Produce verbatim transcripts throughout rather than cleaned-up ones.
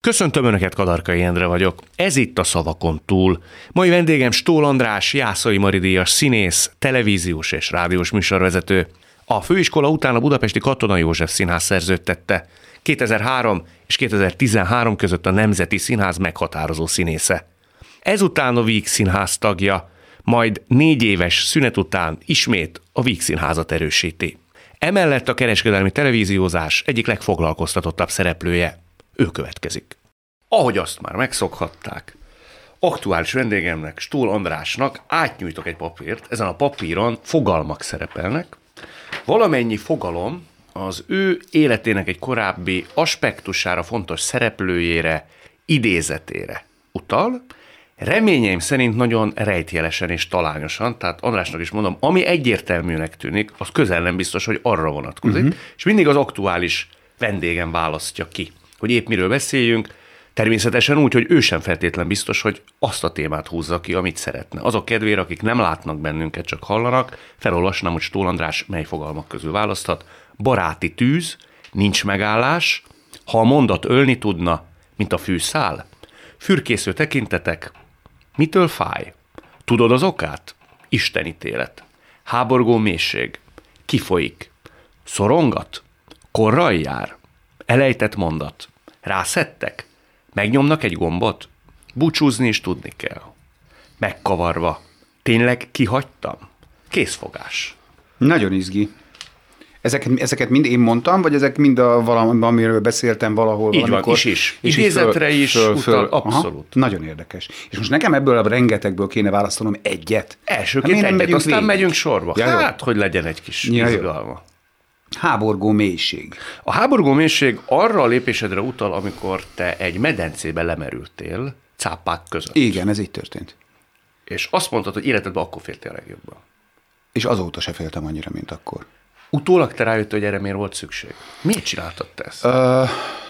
Köszöntöm Önöket, Kadarkai Endre vagyok. Ez itt a Szavakon túl. Mai vendégem Stól András, Jászai Mari díjas színész, televíziós és rádiós műsorvezető. A főiskola után a budapesti Katona József Színház szerződtette. kétezer-három és kétezer-tizenhárom között a Nemzeti Színház meghatározó színésze. Ezután a Víg Színház tagja, majd négy éves szünet után ismét a Víg Színházat erősíti. Emellett a kereskedelmi televíziózás egyik legfoglalkoztatottabb szereplője. Ő következik. Ahogy azt már megszokhatták, aktuális vendégemnek, Stól Andrásnak átnyújtok egy papírt, ezen a papíron fogalmak szerepelnek. Valamennyi fogalom az ő életének egy korábbi aspektusára, fontos szereplőjére, idézetére utal. Reményeim szerint nagyon rejtjelesen és talányosan, tehát Andrásnak is mondom, ami egyértelműnek tűnik, az közel nem biztos, hogy arra vonatkozik, uh-huh. és mindig az aktuális vendégem választja ki, hogy épp miről beszéljünk, természetesen úgy, hogy ő sem feltétlen biztos, hogy azt a témát húzza ki, amit szeretne. Azok kedvére, akik nem látnak bennünket, csak hallanak, felolvasnám, hogy Stól András mely fogalmak közül választhat. Baráti tűz, nincs megállás, ha a mondat ölni tudna, mint a fűszál. Fürkésző tekintetek, mitől fáj? Tudod az okát? Istenítélet. Háborgó mélység. Kifolyik. Szorongat? Korral jár? Elejtett mondat. Rászettek? Megnyomnak egy gombot? Búcsúzni is tudni kell. Megkavarva. Tényleg kihagytam? Készfogás. Nagyon izgi. Ezeket, ezeket mind én mondtam, vagy ezek mind a valami, amiről beszéltem valahol? Így van, is is. És idézetre is föl, föl, utal, abszolút. Aha, nagyon érdekes. És most nekem ebből a rengetegből kéne választanom egyet. Elsőként egyet, megyünk aztán végig? Megyünk sorba. Ja, hát, hogy legyen egy kis ja, izgalma. Háborgó mélység. A háborgó mélység arra a lépésedre utal, amikor te egy medencébe lemerültél cápák között. Igen, ez így történt. És azt mondtad, hogy életedben akkor féltél legjobban. És azóta se féltem annyira, mint akkor. Utólag te rájöttél, hogy erre miért volt szükség? Miért csináltad te ezt? Uh,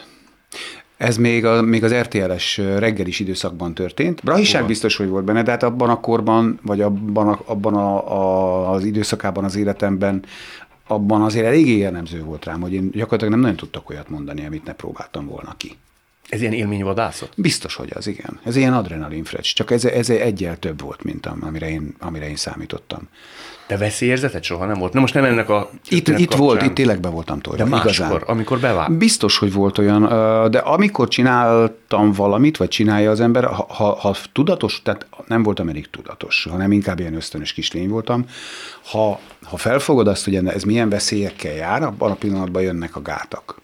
ez még, a, még az er té el-es reggelis időszakban történt. Brahiság Hova? Biztos, hogy volt benne, de hát abban a korban, vagy abban, a, abban a, a, az időszakában az életemben, abban azért eléggé jellemző volt rám, hogy én gyakorlatilag nem nagyon tudtak olyat mondani, amit ne próbáltam volna ki. Ez ilyen élményvadászat? Biztos, hogy az, igen. Ez ilyen adrenalinfrecs, csak ez, ez egyel több volt, mint amire én, amire én számítottam. De veszélyérzeted soha nem volt? Na most nem ennek a... Itt, itt volt, itt tényleg be voltam tolva. De máskor, igazán. Amikor bevált? Biztos, hogy volt olyan, de amikor csináltam valamit, vagy csinálja az ember, ha, ha, ha tudatos, tehát nem voltam elég tudatos, hanem inkább ilyen ösztönös kislény voltam, ha, ha felfogod azt, hogy ez milyen veszélyekkel jár, abban a pillanatban jönnek a gátak.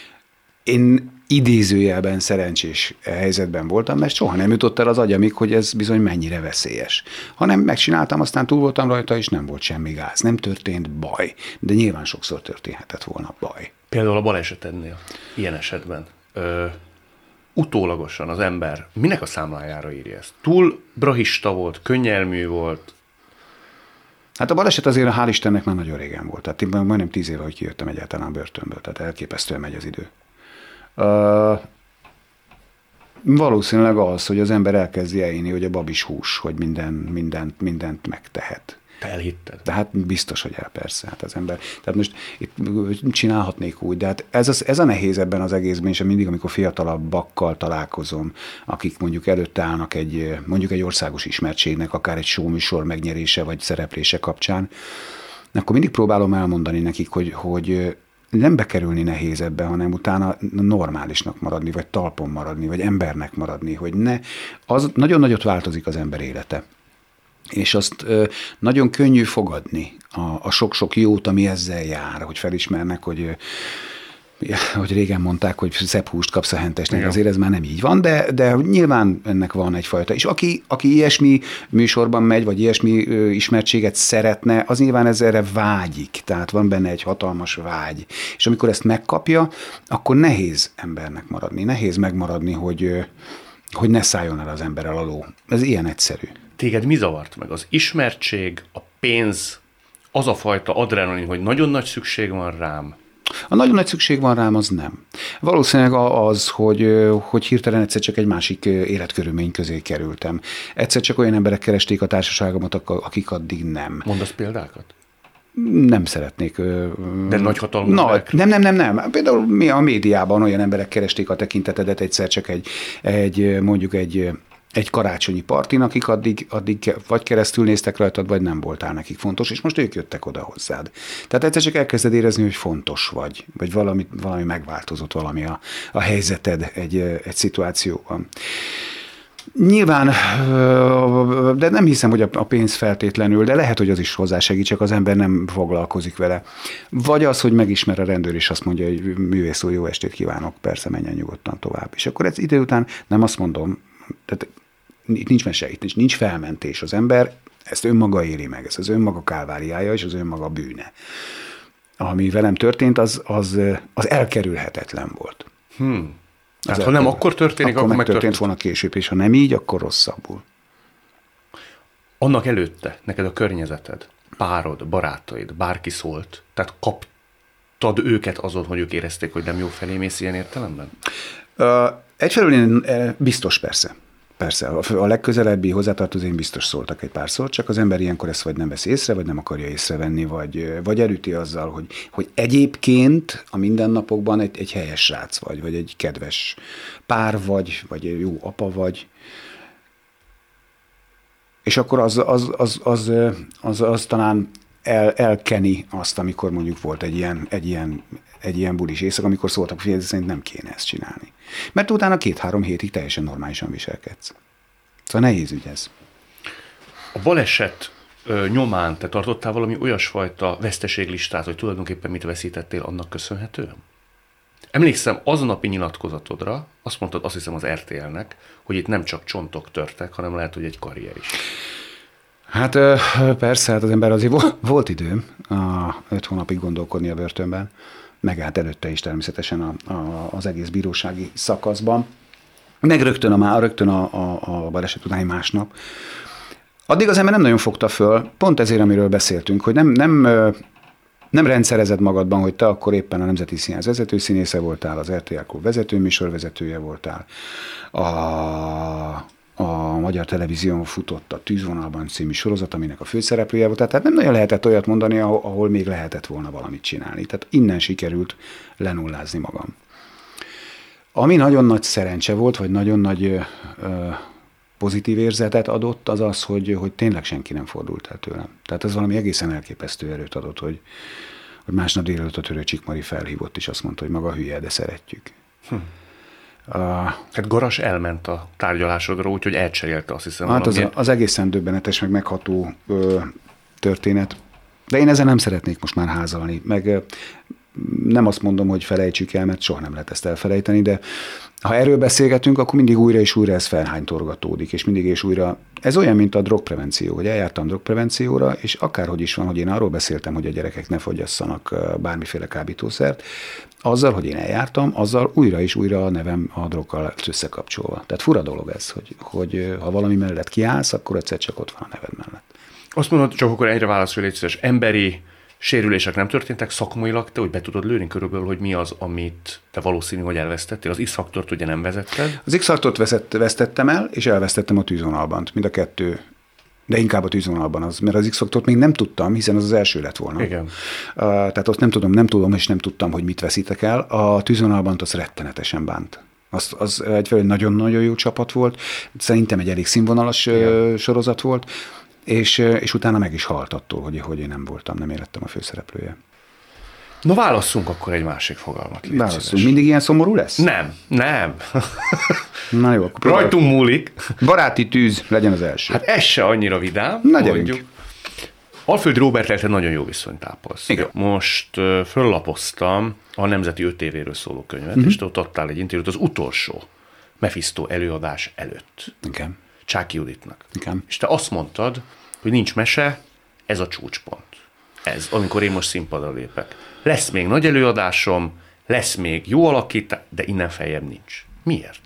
Én idézőjelben szerencsés helyzetben voltam, mert soha nem jutott el az agyamig, hogy ez bizony mennyire veszélyes. Hanem megcsináltam, aztán túl voltam rajta, és nem volt semmi gáz. Nem történt baj, de nyilván sokszor történhetett volna baj. Például a balesetednél, ilyen esetben, ö, utólagosan az ember minek a számlájára írja ezt? Túl brahista volt, könnyelmű volt? Hát a baleset azért hál' Istennek már nagyon régen volt. Tehát én majdnem tíz éve, hogy kijöttem egyáltalán a börtönből, tehát elképesztően megy az idő. Uh, valószínűleg az, hogy az ember elkezdi elhinni, hogy a babis hús, hogy minden, mindent, mindent megtehet. Te elhitted? De hát biztos, hogy el, persze. Hát az ember, tehát most itt csinálhatnék úgy, de hát ez, az, ez a nehéz ebben az egészben, és mindig, amikor fiatalabbakkal találkozom, akik mondjuk előtte állnak egy, mondjuk egy országos ismertségnek, akár egy showműsor megnyerése, vagy szereplése kapcsán, akkor mindig próbálom elmondani nekik, hogy, hogy nem bekerülni nehéz ebbe, hanem utána normálisnak maradni, vagy talpon maradni, vagy embernek maradni, hogy ne, az nagyon nagyot változik az ember élete. És azt ö, nagyon könnyű fogadni a, a sok-sok jót, ami ezzel jár, hogy felismernek, hogy, ö, hogy régen mondták, hogy szebb húst kapsz a hentesnek, igen. Azért ez már nem így van, de, de nyilván ennek van egyfajta. És aki, aki ilyesmi műsorban megy, vagy ilyesmi ö, ismertséget szeretne, az nyilván ez erre vágyik, tehát van benne egy hatalmas vágy. És amikor ezt megkapja, akkor nehéz embernek maradni, nehéz megmaradni, hogy, ö, hogy ne szálljon el az emberrel a ló. Ez ilyen egyszerű. Téged mi zavart meg? Az ismertség, a pénz, az a fajta adrenalin, hogy nagyon nagy szükség van rám? A nagyon nagy szükség van rám, az nem. Valószínűleg az, hogy, hogy hirtelen egyszer csak egy másik életkörülmény közé kerültem. Egyszer csak olyan emberek keresték a társaságomat, akik addig nem. Mondasz példákat? Nem szeretnék. De nagyhatalmú Na, nem, nem, nem, nem. Például mi a médiában olyan emberek keresték a tekintetedet egyszer csak egy, egy mondjuk egy, egy karácsonyi partin, akik addig, addig vagy keresztül néztek rajtad, vagy nem voltál nekik fontos, és most ők jöttek oda hozzád. Tehát egyszer csak elkezded érezni, hogy fontos vagy, vagy valami, valami megváltozott, valami a, a helyzeted egy, egy szituációban. Nyilván, de nem hiszem, hogy a pénz feltétlenül, de lehet, hogy az is hozzásegít, csak az ember nem foglalkozik vele. Vagy az, hogy megismer a rendőr, és azt mondja, hogy művész úr, jó estét kívánok, persze menjen nyugodtan tovább. És akkor ez idő után nem azt mondom, tehát itt nincs mese, itt nincs felmentés. Az ember ezt önmaga éri meg, ez az önmaga kálváriája, és az önmaga bűne. Ami velem történt, az, az, az elkerülhetetlen volt. Hmm. Hát, ha nem akkor történik, akkor, akkor megtörtént volna később, és ha nem így, akkor rosszabbul. Annak előtte neked a környezeted, párod, barátaid, bárki szólt, tehát kaptad őket azon, hogy ők érezték, hogy nem jó felé mész ilyen értelemben? Uh, egyfelől én biztos persze. Persze, a legközelebbi hozzátartozóim biztos szóltak egy párszor, csak az ember ilyenkor ezt vagy nem vesz észre, vagy nem akarja észrevenni, vagy, vagy elüti azzal, hogy, hogy egyébként a mindennapokban egy, egy helyes srác vagy, vagy egy kedves pár vagy, vagy egy jó apa vagy. És akkor az, az, az, az, az, az talán el, elkeni azt, amikor mondjuk volt egy ilyen, egy ilyen, egy ilyen bulis éjszak, amikor szóltak, hogy ez szerint nem kéne ezt csinálni. Mert utána két-három hétig teljesen normálisan viselkedsz. Szóval nehéz ügy ez. A baleset ö, nyomán te tartottál valami olyasfajta veszteséglistát, hogy tulajdonképpen mit veszítettél annak köszönhetően? Emlékszem, aznapi nyilatkozatodra azt mondtad, azt hiszem az er té el-nek, hogy itt nem csak csontok törtek, hanem lehet, hogy egy karrier is. Hát persze, hát az ember azért volt időm a öt hónapig gondolkodni a börtönben, meg hát előtte is természetesen a, a, az egész bírósági szakaszban, meg rögtön a, rögtön a, a, a baleset utáni másnap. Addig az ember nem nagyon fogta föl, pont ezért, amiről beszéltünk, hogy nem, nem, nem rendszerezed magadban, hogy te akkor éppen a Nemzeti Színház vezetőszínésze voltál, az er té el Klub vezetőműsorvezetője voltál, a, a Magyar Televízión futott a Tűzvonalban című sorozat, aminek a főszereplője volt, tehát nem nagyon lehetett olyat mondani, ahol még lehetett volna valamit csinálni. Tehát innen sikerült lenullázni magam. Ami nagyon nagy szerencse volt, vagy nagyon nagy ö, pozitív érzetet adott, az az, hogy, hogy tényleg senki nem fordult el tőlem. Tehát ez valami egészen elképesztő erőt adott, hogy, hogy másnap délelőtt a Törő Csikmari felhívott, és azt mondta, hogy maga hülye, de szeretjük. Hm. Uh, hát Garas elment a tárgyalásodra, úgyhogy elcserélte, azt hiszem. Hát az, az egészen döbbenetes, meg megható ö, történet. De én ezzel nem szeretnék most már házalni. Meg ö, nem azt mondom, hogy felejtsük el, mert soha nem lehet ezt elfelejteni, de ha erről beszélgetünk, akkor mindig újra és újra ez felhánytorgatódik, és mindig és újra. Ez olyan, mint a drogprevenció, hogy eljártam drogprevencióra, és akárhogy is van, hogy én arról beszéltem, hogy a gyerekek ne fogyasszanak bármiféle kábítószert, azzal, hogy én eljártam, azzal újra és újra a nevem a droggal lett összekapcsolva. Tehát fura dolog ez, hogy, hogy ha valami mellett kiállsz, akkor egyszer csak ott van a neved mellett. Azt mondod, csak akkor egyre válaszolj, légy szíves, emberi sérülések nem történtek szakmailag, te úgy be tudod lőni körülbelül, hogy mi az, amit te valószínű, hogy elvesztettél. Az X-faktort ugye nem vezetted? Az X-faktort vesztettem el, és elvesztettem a Tűzvonalban. Mind a kettő. De inkább a Tűzvonalban az, mert az X-faktort még nem tudtam, hiszen az az első lett volna. Igen. Uh, tehát azt nem tudom, nem tudom, és nem tudtam, hogy mit veszítek el. A Tűzvonalban az rettenetesen bánt. Az, az egyfelől nagyon-nagyon jó csapat volt, szerintem egy elég színvonalas Igen. sorozat volt, és, és utána meg is halt attól, hogy, hogy én nem voltam, nem élettem a főszereplője. No, válasszunk akkor egy másik fogalmat. Válasszunk. Mindig ilyen szomorú lesz? Nem, nem. Na jó, akkor rajtunk múlik. Baráti tűz legyen az első. Hát ez se annyira vidám. Na gyerünk. Alföldi Róberttel te nagyon jó viszonyt ápolsz. Igen. Most uh, föllapoztam a Nemzeti öt évéről szóló könyvet, uh-huh. és te ott adtál egy interjút az utolsó Mephisto előadás előtt. Igen. Csáky Juditnak. Igen. És te azt mondtad, hogy nincs mese, ez a csúcspont. Ez, amikor én most színpadra lépek. Lesz még nagy előadásom, lesz még jó alakítás, de innen feljebb nincs. Miért?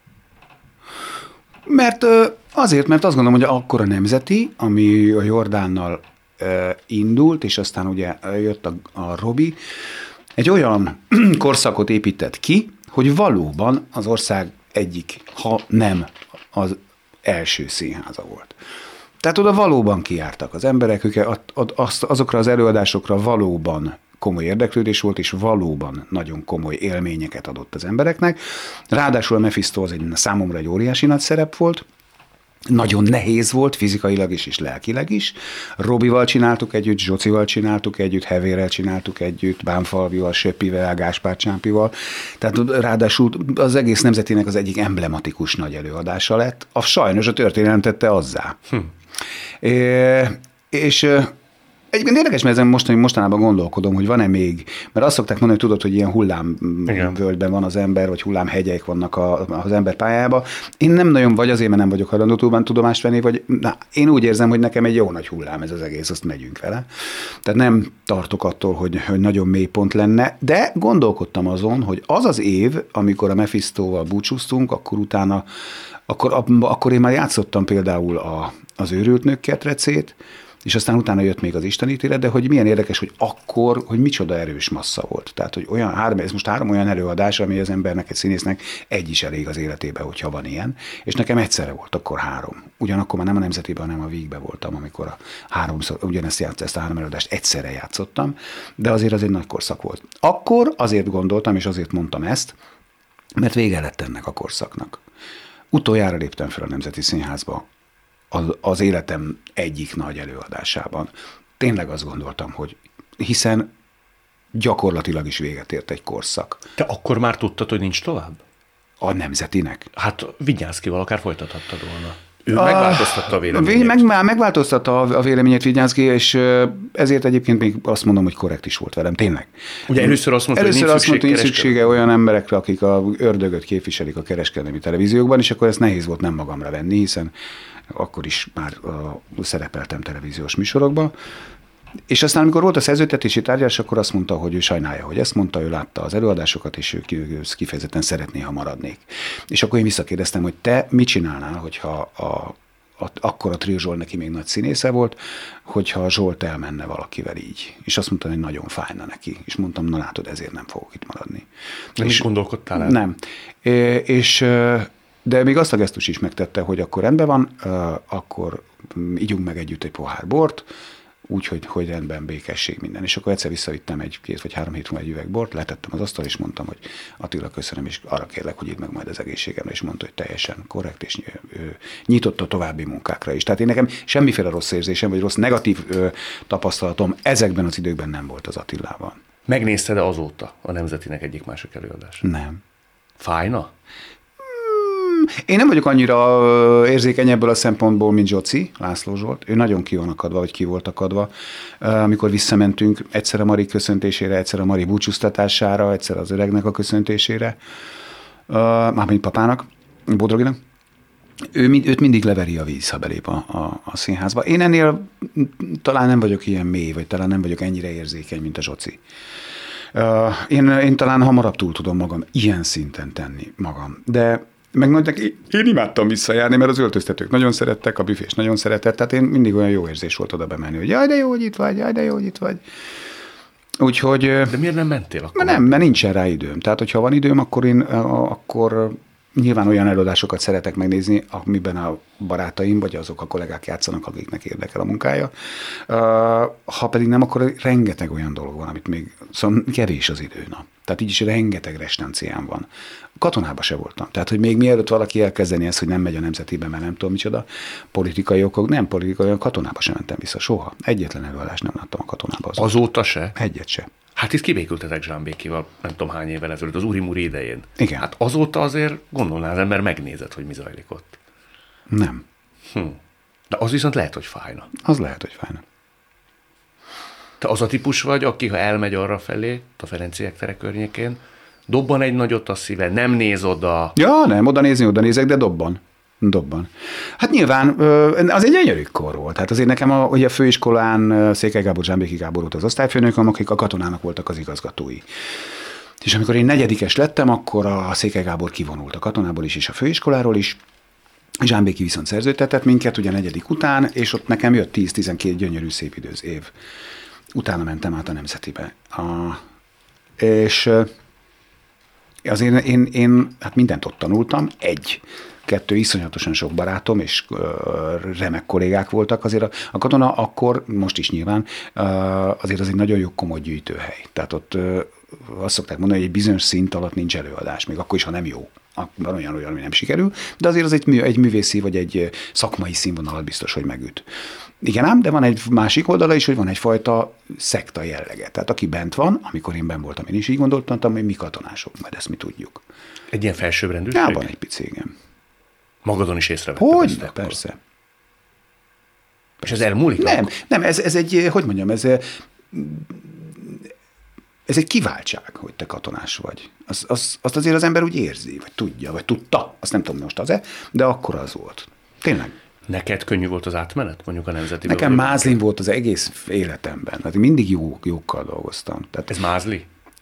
Mert azért, mert azt gondolom, hogy akkor a Nemzeti, ami a Jordánnal indult, és aztán ugye jött a, a Robi, egy olyan korszakot épített ki, hogy valóban az ország egyik, ha nem az első színháza volt. Tehát oda valóban kijártak az emberek, ők azokra az előadásokra valóban komoly érdeklődés volt, és valóban nagyon komoly élményeket adott az embereknek. Ráadásul a Mephisto az egy, számomra egy óriási nagy szerep volt, nagyon nehéz volt, fizikailag is, és lelkileg is. Robival csináltuk együtt, Zsocival csináltuk együtt, Hevérrel csináltuk együtt, Bánfalvival, Söppivel, Gáspár Csámpival. Tehát ráadásul az egész nemzetének az egyik emblematikus nagy előadása lett. A sajnos a történelem tette azzá. Hm. É, és egyébként érdekes, mert ezen most, mostanában gondolkodom, hogy van-e még, mert azt szokták mondani, hogy tudod, hogy ilyen hullámvölgyben van az ember, vagy hullámhegyek vannak a, az ember pályájában. Én nem nagyon, vagy azért, mert nem vagyok hajlandó túlban tudomást venni, vagy na, én úgy érzem, hogy nekem egy jó nagy hullám ez az egész, azt megyünk vele. Tehát nem tartok attól, hogy, hogy nagyon mély pont lenne, de gondolkodtam azon, hogy az az év, amikor a Mephistóval búcsúztunk, akkor utána, akkor, akkor én már játszottam például a, az Őrült nők ketrecét, és aztán utána jött még az Istenítélet, de hogy milyen érdekes, hogy akkor, hogy micsoda erős massza volt. Tehát, hogy olyan három, ez most három olyan előadás, ami az embernek, egy színésznek egy is elég az életében, hogyha van ilyen, és nekem egyszerre volt akkor három. Ugyanakkor már nem a Nemzetiben, hanem a Vígbe voltam, amikor a háromszor, ugyanezt játszott, ezt a három előadást egyszerre játszottam, de azért az egy nagy korszak volt. Akkor azért gondoltam, és azért mondtam ezt, mert vége lett ennek a korszaknak. Utoljára léptem fel a Nemzeti Színházba, Az, az életem egyik nagy előadásában. Tényleg azt gondoltam, hogy hiszen gyakorlatilag is véget ért egy korszak. Te akkor már tudtad, hogy nincs tovább? A Nemzetinek? Hát Vigyánszkival akár folytathattad volna. Ő a, megváltoztatta a véleményét. Meg, megváltoztatta a véleményét Vigyánszki, és ezért egyébként még azt mondom, hogy korrekt is volt velem, tényleg. Ugye először azt mondta, először hogy azt mondta, hogy nincs szüksége olyan emberekre, akik a ördögöt képviselik a kereskedelmi televíziókban, és akkor ezt nehéz volt nem magamra venni, hiszen akkor is már uh, szerepeltem televíziós műsorokban. És aztán, amikor volt a szerződtetési tárgyalás, akkor azt mondta, hogy ő sajnálja, hogy ezt mondta, ő látta az előadásokat, és ő, ő kifejezetten szeretné, ha maradnék. És akkor én visszakérdeztem, hogy te mit csinálnál, hogyha a, a, akkor a Trill Zsolt neki még nagy színésze volt, hogyha a Zsolt elmenne valakivel így. És azt mondta, hogy nagyon fájna neki. És mondtam, na látod, ezért nem fogok itt maradni. Nem is gondolkodtál el? Nem. É, és... De még azt a gesztus is megtette, hogy akkor rendben van, akkor ígyunk meg együtt egy pohár bort, úgyhogy hogy rendben, békesség minden. És akkor egyszer visszavittem egy két vagy három hét múlva egy üveg bort, letettem az asztal, és mondtam, hogy Attila, köszönöm, és arra kérlek, hogy idd meg majd az egészségemre, és mondta, hogy teljesen korrekt, és nyitott a további munkákra is. Tehát én nekem semmiféle rossz érzésem, vagy rossz negatív tapasztalatom ezekben az időkben nem volt az Attilával. Megnézted-e azóta a Nemzetinek egyik másik előadást? Nem. Fájna? Én nem vagyok annyira érzékeny ebből a szempontból, mint Zsoci, László Zsolt. Ő nagyon ki van akadva, vagy ki volt akadva. Amikor visszamentünk egyszer a Mari köszöntésére, egyszer a Mari búcsúztatására, egyszer az öregnek a köszöntésére, mármint papának, Bodroginak. Ő, őt mindig leveri a víz, ha belép a, a, a színházba. Én ennél talán nem vagyok ilyen mély, vagy talán nem vagyok ennyire érzékeny, mint a Zsoci. Én, én talán hamarabb túl tudom magam ilyen szinten tenni magam. De meg nagynak, én imádtam visszajárni, mert az öltöztetők nagyon szerettek, a büfés nagyon szeretett, tehát én mindig olyan jó érzés volt oda bemenni, hogy jaj, de jó, hogy itt vagy, jaj, de jó, hogy itt vagy. Úgyhogy... De miért nem mentél akkor? Mert nem, mert nincsen rá időm. Tehát, hogyha van időm, akkor én akkor nyilván olyan előadásokat szeretek megnézni, amiben a barátaim, vagy azok a kollégák játszanak, akiknek érdekel a munkája. Ha pedig nem, akkor rengeteg olyan dolog van, amit még, szóval kevés az idő. Na. Tehát így is rengeteg restanciám van. Katonában se voltam. Tehát, hogy még mielőtt valaki elkezdeni ezt, hogy nem megy a Nemzetibe, mert nem tudom micsoda, politikai okok, nem politikai, katonába sem mentem vissza soha. Egyetlen előadást nem láttam a katonába. Azóta, azóta se? Egyet se. Hát itt kibékültetek Zsámbékival, nem tudom hány évvel ezelőtt, az Urimuri idején. Igen. Hát azóta azért gondolná az ember megnézett, hogy mi zajlik ott. Nem. Hm. De az viszont lehet, hogy fájna. Az lehet, hogy fájna. Te az a típus vagy, aki ha elmegy arra felé, a Ferenciek tere környékén, dobban egy nagyot a szíve, nem néz oda. Ja, nem, oda nézni, oda nézek, de dobban. Dobban. Hát nyilván az egy gyönyörű kor volt. Hát azért nekem a, ugye a főiskolán Székely Gábor, Zsámbéki Gábor volt az osztályfőnököm, akik a katonának voltak az igazgatói. És amikor én negyedikes lettem, akkor a Székely Gábor kivonult a katonából is, és a főiskoláról is. Zsámbéki viszont szerződtetett minket, ugye negyedik után, és ott nekem jött tíz-tizenkét gyönyörű szép időz év. Utána mentem át a Nemzetibe. A, és Azért én, én hát mindent ott tanultam, egy, kettő, iszonyatosan sok barátom és uh, remek kollégák voltak. Azért a, a katona akkor, most is nyilván, uh, azért az egy nagyon jó komoly gyűjtőhely. Tehát ott uh, azt szokták mondani, hogy egy bizonyos szint alatt nincs előadás, még akkor is, ha nem jó. Van olyan, olyan, ami nem sikerül, de azért az egy, mű, egy művészi vagy egy szakmai színvonalat biztos, hogy megüt. Igen ám, de van egy másik oldala is, hogy van egyfajta szekta jellege. Tehát aki bent van, amikor én benn voltam, én is így gondoltam, hogy mi katonások, majd ezt mi tudjuk. Egy ilyen felsőbbrendűség? Ja, van egy pici, igen. Magadon is észrevetted hogy? ezt? Persze. persze. És ez elmúlik? Nem, akkor? nem, ez, ez egy, hogy mondjam, ez, ez egy kiváltság, hogy te katonás vagy. Az, az, azt azért az ember úgy érzi, vagy tudja, vagy tudta, azt nem tudom most az-e, de akkor az volt. Tényleg. Neked könnyű volt az átmenet, mondjuk a nemzeti? Nekem mázlim volt az egész életemben. Hát mindig jó, jókkal dolgoztam. Tehát, ez mázli?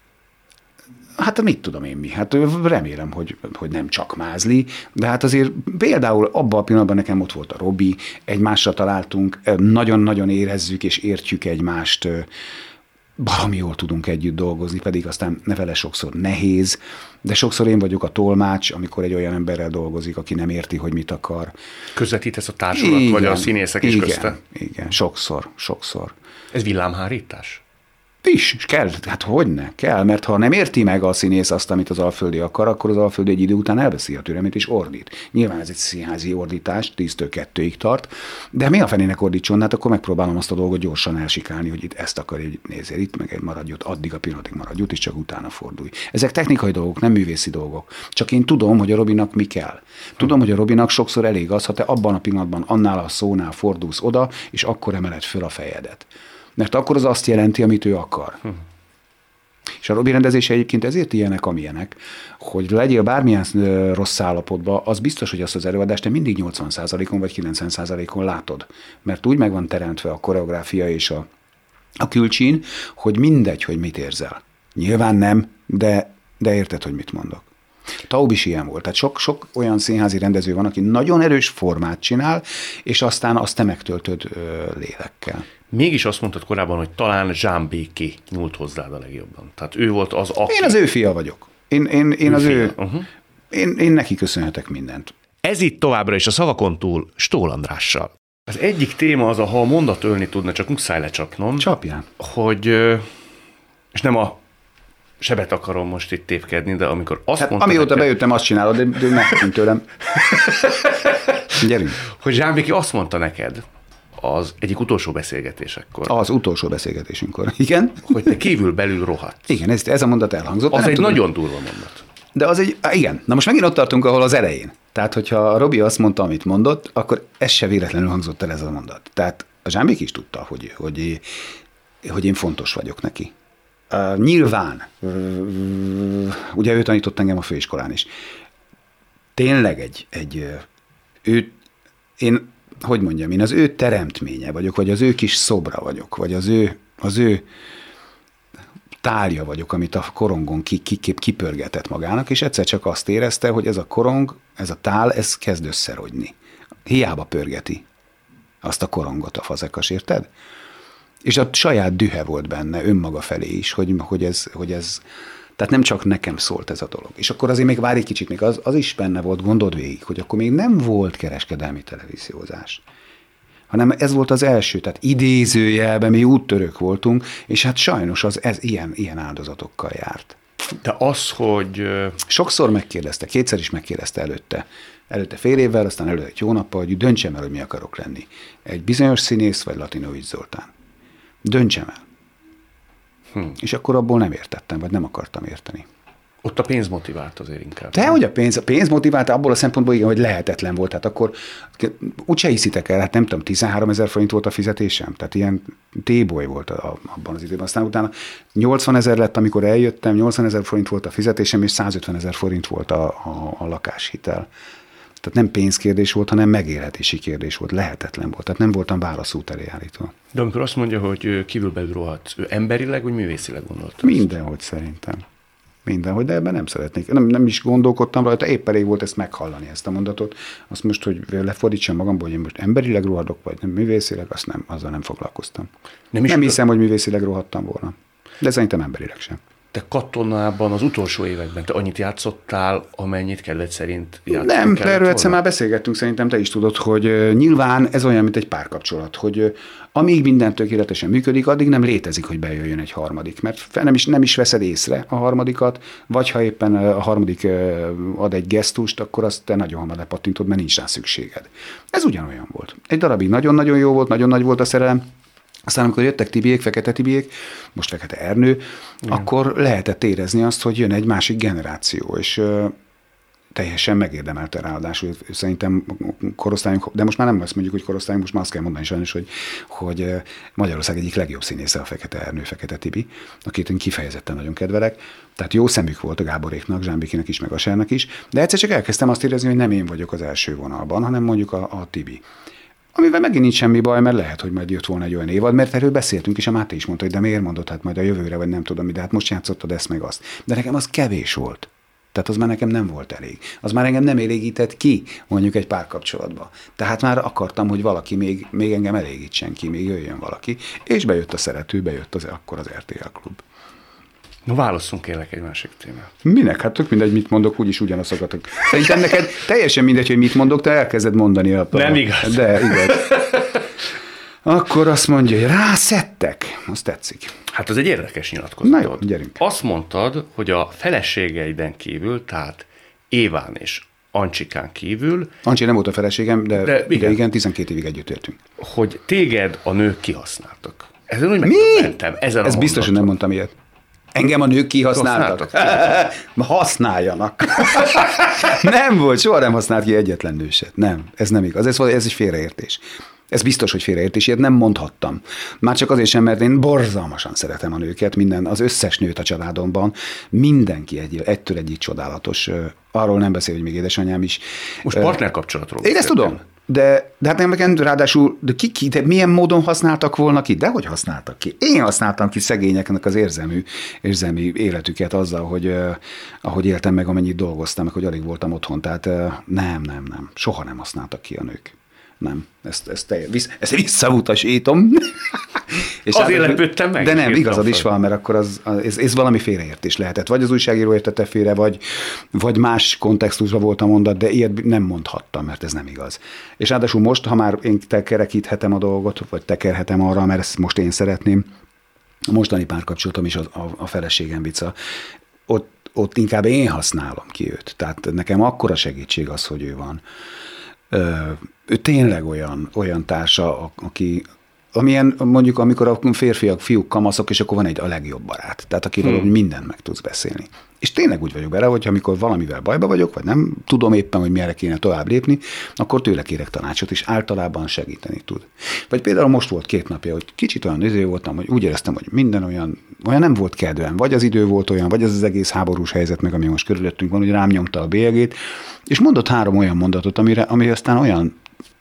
Hát mit tudom én mi? Hát remélem, hogy, hogy nem csak mázli, de hát azért például abban a pillanatban nekem ott volt a Robi, egymásra találtunk, nagyon-nagyon érezzük és értjük egymást, baromi jól tudunk együtt dolgozni, pedig aztán nevele sokszor nehéz, de sokszor én vagyok a tolmács, amikor egy olyan emberrel dolgozik, aki nem érti, hogy mit akar. Közvetítesz a társulat, igen, vagy a színészek is igen, közte? Igen, sokszor, sokszor. Ez villámhárítás? Is, kell, hát hogyne, kell, mert ha nem érti meg a színész azt, amit az alföldi akar, akkor az alföldi egy idő után elveszi a türelmét és ordít. Nyilván ez egy színházi ordítás, tíztől kettőig tart, de mi a fenének ordítson, hát akkor megpróbálom azt a dolgot gyorsan elsikálni, hogy itt ezt akar, hogy nézzél itt, meg egy maradj ott, addig a pillanatig maradj ott, és csak utána fordulj. Ezek technikai dolgok, nem művészi dolgok. Csak én tudom, hogy a Robinak mi kell. Tudom, hogy a Robinak sokszor elég az, ha te abban a pillanatban annál a szónál fordulsz oda, és akkor emeled föl a fejedet. Mert akkor az azt jelenti, amit ő akar. Hm. És a Robi rendezése egyébként ezért ilyenek, amilyenek, hogy legyél bármilyen rossz állapotban, az biztos, hogy azt az előadást te mindig nyolcvan százalékon vagy kilencven százalékon látod. Mert úgy meg van teremtve a koreográfia és a, a külcsín, hogy mindegy, hogy mit érzel. Nyilván nem, de, de érted, hogy mit mondok. Taub is ilyen volt. Tehát sok, sok olyan színházi rendező van, aki nagyon erős formát csinál, és aztán azt te megtöltöd ö, lélekkel. Mégis azt mondtad korábban, hogy talán Jean Béki nyúlt hozzád a legjobban. Tehát ő volt az, aki... Én az ő fia vagyok. Én, én, én ő az fia. ő... Uh-huh. Én, én neki köszönhetek mindent. Ez itt továbbra is a Szavakon túl Stól Andrással. Az egyik téma az, a, ha a mondat ölni tudna, csak muszáj lecsapnom. Csapjál. Hogy, és nem a sebet akarom most itt tépkedni, de amikor azt hát, mondta... Amióta neked, bejöttem, azt csinálod, de, de megtűnt tőlem. Gyerünk. Hogy Jean Béki azt mondta neked, az egyik utolsó beszélgetésekkor. Az utolsó beszélgetésünkkor, igen. Hogy te kívül-belül rohadsz. Igen, ez, ez a mondat elhangzott. Az egy tudom. nagyon durva mondat. De az egy, igen. Na most megint ott tartunk, ahol az elején. Tehát, hogyha Robi azt mondta, amit mondott, akkor ez se véletlenül hangzott el ez a mondat. Tehát a Jean Béki is tudta, hogy, hogy, hogy én fontos vagyok neki. Uh, nyilván, uh, ugye ő tanított engem a főiskolán is. Tényleg egy, egy ő, én, hogy mondjam, én az ő teremtménye vagyok, vagy az ő kis szobra vagyok, vagy az ő, az ő tálja vagyok, amit a korongon ki, ki, kipörgetett magának, és egyszer csak azt érezte, hogy ez a korong, ez a tál, ez kezd összerogyni. Hiába pörgeti azt a korongot a fazekas, érted? És a saját dühe volt benne, önmaga felé is, hogy, hogy, ez, hogy ez, tehát nem csak nekem szólt ez a dolog. És akkor azért még várj egy kicsit, még az, az is benne volt, gondold végig, hogy akkor még nem volt kereskedelmi televíziózás, hanem ez volt az első, tehát idézőjelben mi úttörők voltunk, és hát sajnos az ez ilyen, ilyen áldozatokkal járt. De az, hogy... Sokszor megkérdezte, kétszer is megkérdezte előtte, előtte fél évvel, aztán előtte egy hónappal, hogy döntsem el, hogy mi akarok lenni. Egy bizonyos színész, vagy Latinovics Zoltán. Döntsem el. Hm. És akkor abból nem értettem, vagy nem akartam érteni. Ott a pénz motivált azért inkább. De hogy a pénz, a pénz motivált abból a szempontból, igen, hogy lehetetlen volt. Tehát akkor úgyse hiszitek el, hát nem tudom, tizenhárom ezer forint volt a fizetésem. Tehát ilyen téboly volt a, abban az időben. Aztán utána nyolcvan ezer lett, amikor eljöttem, nyolcvan ezer forint volt a fizetésem, és százötven ezer forint volt a, a, a lakáshitel. Tehát nem pénzkérdés volt, hanem megélhetési kérdés volt, lehetetlen volt. Tehát nem voltam válaszút elé állítva. De amikor azt mondja, hogy kívülbelül rohadt, ő emberileg vagy művészileg gondolt? Mindenhogy szerintem. Mindenhogy, de ebben nem szeretnék. Nem, nem is gondolkodtam rajta, épp elég volt ezt meghallani, ezt a mondatot. Azt most, hogy lefordítsam magamból, hogy én most emberileg rohadok, vagy nem művészileg, azt nem, azzal nem foglalkoztam. Nem, nem hiszem, hogy művészileg rohadtam volna. De szerintem emberileg sem. te katonában az utolsó években te annyit játszottál, amennyit kellett szerint játszani? Nem, de erről egyszer már beszélgettünk, szerintem te is tudod, hogy nyilván ez olyan, mint egy párkapcsolat, hogy amíg minden tökéletesen működik, addig nem létezik, hogy bejöjjön egy harmadik, mert nem is, nem is veszed észre a harmadikat, vagy ha éppen a harmadik ad egy gesztust, akkor azt te nagyon hamar lepattintod, mert nincs rá szükséged. Ez ugyanolyan volt. Egy darabig nagyon-nagyon jó volt, nagyon nagy volt a szerelem, aztán amikor jöttek Tibiék, Fekete Tibiék, most Fekete Ernő, igen, akkor lehetett érezni azt, hogy jön egy másik generáció, és ö, teljesen megérdemelte ráadásul. Szerintem korosztályunk, de most már nem azt mondjuk, hogy korosztályunk, most már azt kell mondani sajnos, hogy, hogy Magyarország egyik legjobb színésze a Fekete Ernő, Fekete Tibi, akit én kifejezetten nagyon kedvelek. Tehát jó szemük volt a Gáboréknak, Zsámbikinek is, meg a Sernek is, de egyszer csak elkezdtem azt érezni, hogy nem én vagyok az első vonalban, hanem mondjuk a, a Tibi. Amivel megint nincs semmi baj, mert lehet, hogy majd jött volna egy olyan évad, mert erről beszéltünk, és a Máté is mondta, hogy de miért mondod, hát majd a jövőre, vagy nem tudom mi, de hát most játszottad ezt meg azt. De nekem az kevés volt. Tehát az már nekem nem volt elég. Az már engem nem elégített ki, mondjuk egy párkapcsolatba. Tehát már akartam, hogy valaki még, még engem elégítsen ki, még jöjjön valaki, és bejött a Szerető, bejött az, akkor az er té el Klub. No, válasszunk kérlek egy másik témát. Minek? Hát tök mindegy, mit mondok, úgyis ugyanazokat. Szerintem neked teljesen mindegy, hogy mit mondok, te elkezded mondani. A, nem igaz. De igaz. Akkor azt mondja, hogy rászettek. Azt tetszik. Hát az egy érdekes nyilatkozat. Na jó, gyerünk. Azt mondtad, hogy a feleségeiden kívül, tehát Éván és Ancsikán kívül... Ancsi nem volt a feleségem, de, de igen. De igen, tizenkét évig együtt éltünk. Hogy téged a nők kihasználtak. Ezen úgy megdöbbentem. Ezen Ez biztos, hogy nem mondtam ilyet. Engem a nők kihasználtak. Használjanak. Nem volt, soha nem használt ki egyetlen nőset. Nem, ez nem igaz. Ez, ez egy félreértés. Ez biztos, hogy félreértés, ilyet nem mondhattam. Már csak azért sem, mert én borzalmasan szeretem a nőket, minden, az összes nőt a családomban, mindenki egy, egytől egyik csodálatos. Arról nem beszél, hogy még édesanyám is. Most partnerkapcsolatról Én ezt tudom. De, de hát nekem ráadásul, de ki, ki, de milyen módon használtak volna ki? De hogy használtak ki? Én használtam ki szegényeknek az érzelmű, érzelmi életüket azzal, hogy uh, ahogy éltem meg, amennyit dolgoztam, meg hogy alig voltam otthon. Tehát uh, nem, nem, nem. Soha nem használtak ki a nők. Nem, ezt, ezt, ezt, ezt visszautasítom. És azért hát, lepődtem meg. De nem, igazad is van, mert akkor az, ez, ez valami félreértés lehetett. Vagy az újságíró értette félre, vagy, vagy más kontextusban volt a mondat, de ilyet nem mondhattam, mert ez nem igaz. És ráadásul most, ha már én tekerekíthetem a dolgot, vagy tekerhetem arra, mert ezt most én szeretném, a mostani párkapcsolatom is a, a, a feleségem Bica, ott, ott inkább én használom ki őt. Tehát nekem akkora segítség az, hogy ő van. Ö, ő tényleg olyan, olyan társa, aki, amilyen mondjuk, amikor a férfiak, fiúk, kamaszok, és akkor van egy a legjobb barát. Tehát akivel hmm. mindent meg tudsz beszélni. És tényleg úgy vagyok bele, hogy amikor valamivel bajba vagyok, vagy nem tudom éppen, hogy merre kéne tovább lépni, akkor tőle kérek tanácsot, és általában segíteni tud. Vagy például most volt két napja, hogy kicsit olyan izé voltam, hogy úgy éreztem, hogy minden olyan, olyan nem volt kedvem. Vagy az idő volt olyan, vagy az az egész háborús helyzet, meg ami most körülöttünk van, hogy rám nyomta a bélyegét, és mondott három olyan mondatot, amire, amire aztán olyan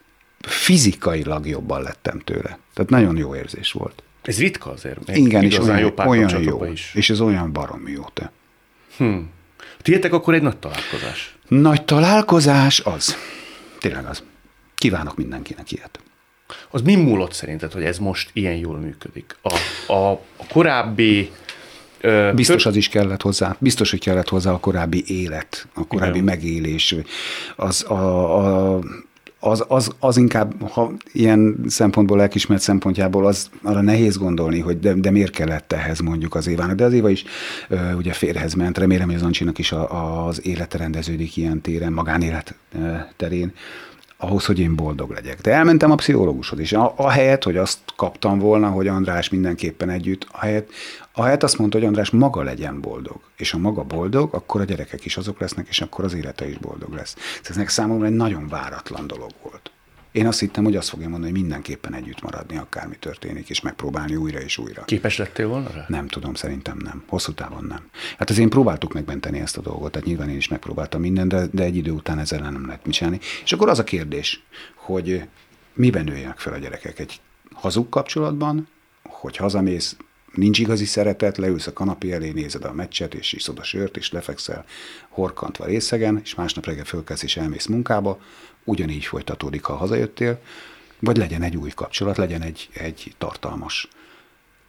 fizikailag jobban lettem tőle. Tehát nagyon jó érzés volt. Ez ritka azért. Igen, és olyan jó, olyan jó. Is. És ez olyan baromi jó, te. Hm. Tiétek akkor egy nagy találkozás. Nagy találkozás az. Tényleg az. Kívánok mindenkinek ilyet. Az mi múlott szerinted, hogy ez most ilyen jól működik? A, a, a korábbi... Ö, biztos tör... az is kellett hozzá. Biztos, hogy kellett hozzá a korábbi élet, a korábbi igen. megélés. Az a... a Az, az, az inkább, ha ilyen szempontból, lelkismert szempontjából, az arra nehéz gondolni, hogy de, de miért kellett ehhez mondjuk az Évának. De az Éva is ö, ugye férhez ment, remélem, hogy az Ancsinak is a, az élete rendeződik ilyen téren, magánélet terén, ahhoz, hogy én boldog legyek. De elmentem a pszichológushoz is. Ahelyett, hogy azt kaptam volna, hogy András mindenképpen együtt, ahelyett, ahelyett azt mondta, hogy András maga legyen boldog. És ha maga boldog, akkor a gyerekek is azok lesznek, és akkor az élete is boldog lesz. Ez nekem számomra egy nagyon váratlan dolog volt. Én azt hittem, hogy azt fogja mondani, hogy mindenképpen együtt maradni, akármi történik, és megpróbálni újra és újra. Képes lettél volna rá? Nem tudom, szerintem nem. Hosszú távon nem. Hát azért próbáltuk megmenteni ezt a dolgot, tehát nyilván én is megpróbáltam mindent, de, de egy idő után ezzel nem lehet mit csinálni. És akkor az a kérdés, hogy miben nőjenek fel a gyerekek? Egy hazug kapcsolatban, hogy hazamész, nincs igazi szeretet, leülsz a kanapé elé, nézed a meccset, és iszod a sört, és lefekszel horkantva részegen, és másnap reggel fölkelsz és elmész munkába, ugyanígy folytatódik, ha hazajöttél, vagy legyen egy új kapcsolat, legyen egy, egy tartalmas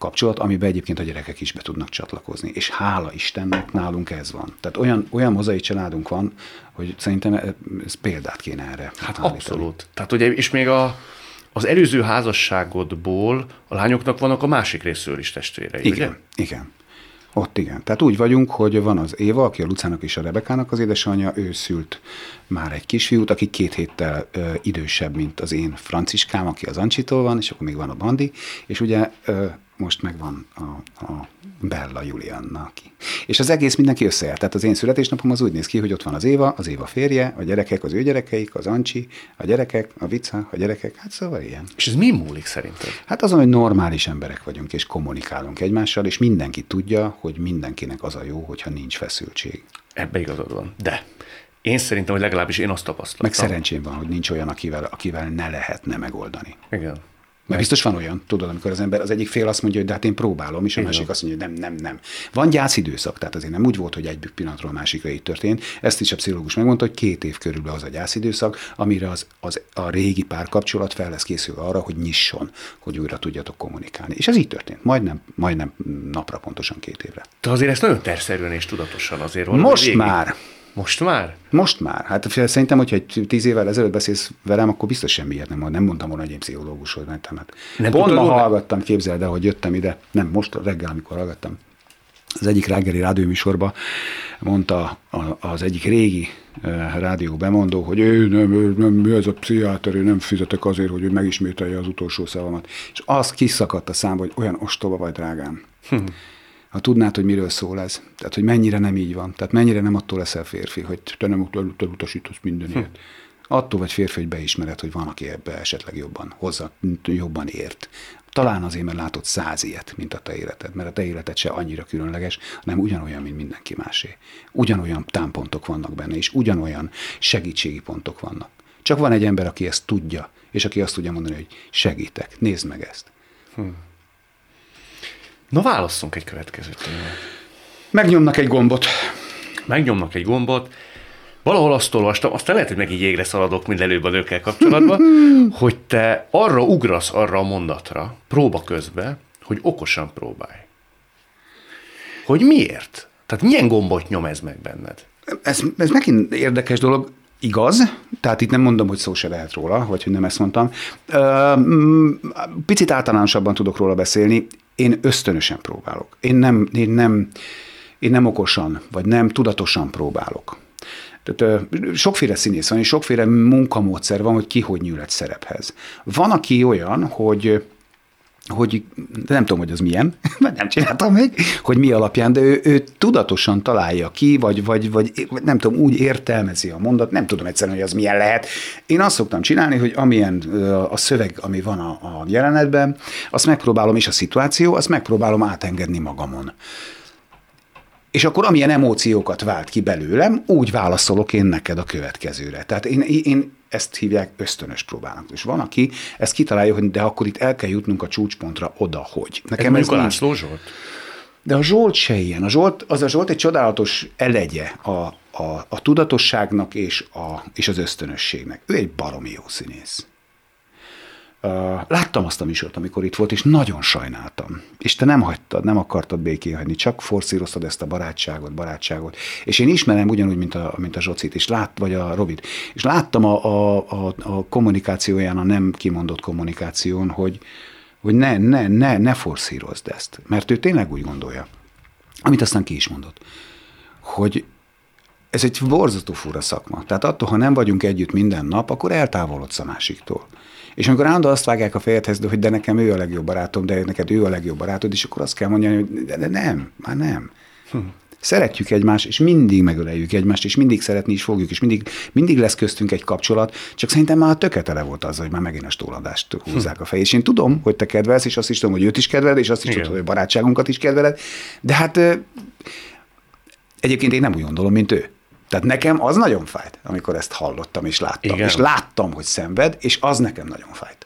kapcsolat, amiben egyébként a gyerekek is be tudnak csatlakozni. És hála Istennek nálunk ez van. Tehát olyan, olyan mozaik családunk van, hogy szerintem ez példát kéne erre. Hát állítani. abszolút. Tehát ugye, és még a, az előző házasságodból a lányoknak vannak a másik részről is testvérei, Igen, ugye? igen. Ott igen. Tehát úgy vagyunk, hogy van az Éva, aki a Lucának és a Rebekának az édesanyja, ő szült már egy kisfiút, aki két héttel ö, idősebb, mint az én Franciskám, aki az Ancsitól van, és akkor még van a Bandi, és ugye ö, most megvan a, a Bella Julianna. Aki. És az egész mindenki összejárt. Tehát az én születésnapom az úgy néz ki, hogy ott van az Éva, az Éva férje, a gyerekek, az ő gyerekeik, az Ancsi, a gyerekek, a Vica, a gyerekek, hát szóval ilyen. És ez mi múlik szerinted? Hát azon, hogy normális emberek vagyunk, és kommunikálunk egymással, és mindenki tudja, hogy mindenkinek az a jó, hogyha nincs feszültség. Ebbe igazad van. De én szerintem, hogy legalábbis én azt tapasztaltam. Meg szerencsém van, hogy nincs olyan, akivel, akivel ne lehetne megoldani. Igen. Mert biztos van olyan, tudod, amikor az ember, az egyik fél azt mondja, hogy de hát én próbálom, és a Igen. másik azt mondja, hogy nem, nem, nem. Van gyászidőszak, tehát azért nem úgy volt, hogy egy pillanatról másikra így történt. Ezt is a pszichológus megmondta, hogy két év körül az a gyászidőszak, amire az, az, a régi párkapcsolat fel lesz készülve arra, hogy nyisson, hogy újra tudjatok kommunikálni. És ez így történt, majdnem, majdnem napra pontosan két évre. Te azért ezt nagyon tervszerűen és tudatosan azért valahogy Most végig. már. Most már? Most már. Hát szerintem, hogyha egy tíz évvel ezelőtt beszélsz velem, akkor biztos semmiért nem, nem mondtam volna, hogy én pszichológushoz mentem. Hát Nem pont ma tudod, hallgattam, képzeld el, hogy jöttem ide. Nem, most reggel, amikor hallgattam. Az egyik reggeli rádióműsorban mondta az egyik régi rádió bemondó, hogy ő nem, ő nem, mi ez a pszichiáter, én nem fizetek azért, hogy ő megismételje az utolsó szavamat. És az kiszakadt a számba, hogy olyan ostoba vagy, drágám. Hm. Ha tudnád, hogy miről szól ez, tehát hogy mennyire nem így van, tehát mennyire nem attól leszel férfi, hogy te nem utasítasz mindenért. Hm. Attól vagy férfi, hogy beismered, hogy van, aki ebbe esetleg jobban hozzá, jobban ért. Talán azért, mert látod száz ilyet, mint a te életed, mert a te életed se annyira különleges, hanem ugyanolyan, mint mindenki másé. Ugyanolyan támpontok vannak benne, és ugyanolyan segítségi pontok vannak. Csak van egy ember, aki ezt tudja, és aki azt tudja mondani, hogy segítek, nézd meg ezt. Hm. Na, válasszunk egy következő témát. Megnyomnak egy gombot. Megnyomnak egy gombot. Valahol azt olvastam, aztán lehet, hogy meg így égre szaladok, mint előbb a nőkkel kapcsolatban, hogy te arra ugrasz arra a mondatra, próba közben, hogy okosan próbálj. Hogy miért? Tehát milyen gombot nyom ez meg benned? Ez, ez megint érdekes dolog. Igaz, tehát itt nem mondom, hogy szó se lehet róla, vagy hogy nem ezt mondtam. Picit általánosabban tudok róla beszélni. Én ösztönösen próbálok. Én nem, én nem, én nem okosan, vagy nem tudatosan próbálok. Tehát sokféle színész van, és sokféle munkamódszer van, hogy ki hogy nyúl egy szerephez. Van, aki olyan, hogy hogy nem tudom, hogy az milyen, mert nem csináltam még, hogy mi alapján, de ő, ő tudatosan találja ki, vagy, vagy, vagy nem tudom, úgy értelmezi a mondat, nem tudom egyszerűen, hogy az milyen lehet. Én azt szoktam csinálni, hogy amilyen a szöveg, ami van a, a jelenetben, azt megpróbálom, és a szituáció, azt megpróbálom átengedni magamon. És akkor amilyen emóciókat vált ki belőlem, úgy válaszolok én neked a következőre. Tehát én, én ezt hívják ösztönös próbának. És van, aki ezt kitalálja, hogy de akkor itt el kell jutnunk a csúcspontra oda, hogy. Nekem ez, ez a László Zsolt? De a Zsolt se ilyen. A Zsolt, az a Zsolt egy csodálatos elegye a, a, a tudatosságnak és, a, és az ösztönösségnek. Ő egy baromi jó színész. Láttam azt a műsort, amikor itt volt, és nagyon sajnáltam. És te nem hagytad, nem akartad békén hagyni, csak forszíroztad ezt a barátságot, barátságot. És én ismerem ugyanúgy, mint a, mint a Zsocit, és lát, vagy a Robit. És láttam a, a, a, a kommunikációján, a nem kimondott kommunikáción, hogy, hogy ne, ne, ne, ne forszírozd ezt. Mert ő tényleg úgy gondolja, amit aztán ki is mondott, hogy ez egy borzasztó fura szakma. Tehát attól, ha nem vagyunk együtt minden nap, akkor eltávolodsz a másiktól. És amikor állandóan azt vágják a fejedhez, hogy de nekem ő a legjobb barátom, de neked ő a legjobb barátod, és akkor azt kell mondani, hogy de, de nem, már nem. Hm. Szeretjük egymást, és mindig megöleljük egymást, és mindig szeretni is fogjuk, és mindig, mindig lesz köztünk egy kapcsolat, csak szerintem már töketele volt az, hogy már megint a stóladást húzzák a fejét. És én tudom, hogy te kedvelsz, és azt is tudom, hogy őt is kedveled, és azt is tudom, hogy a barátságunkat is kedveled, de hát egyébként én nem úgy gondolom, mint ő. Tehát nekem az nagyon fájt, amikor ezt hallottam és láttam. Igen. És láttam, hogy szenved, és az nekem nagyon fájt.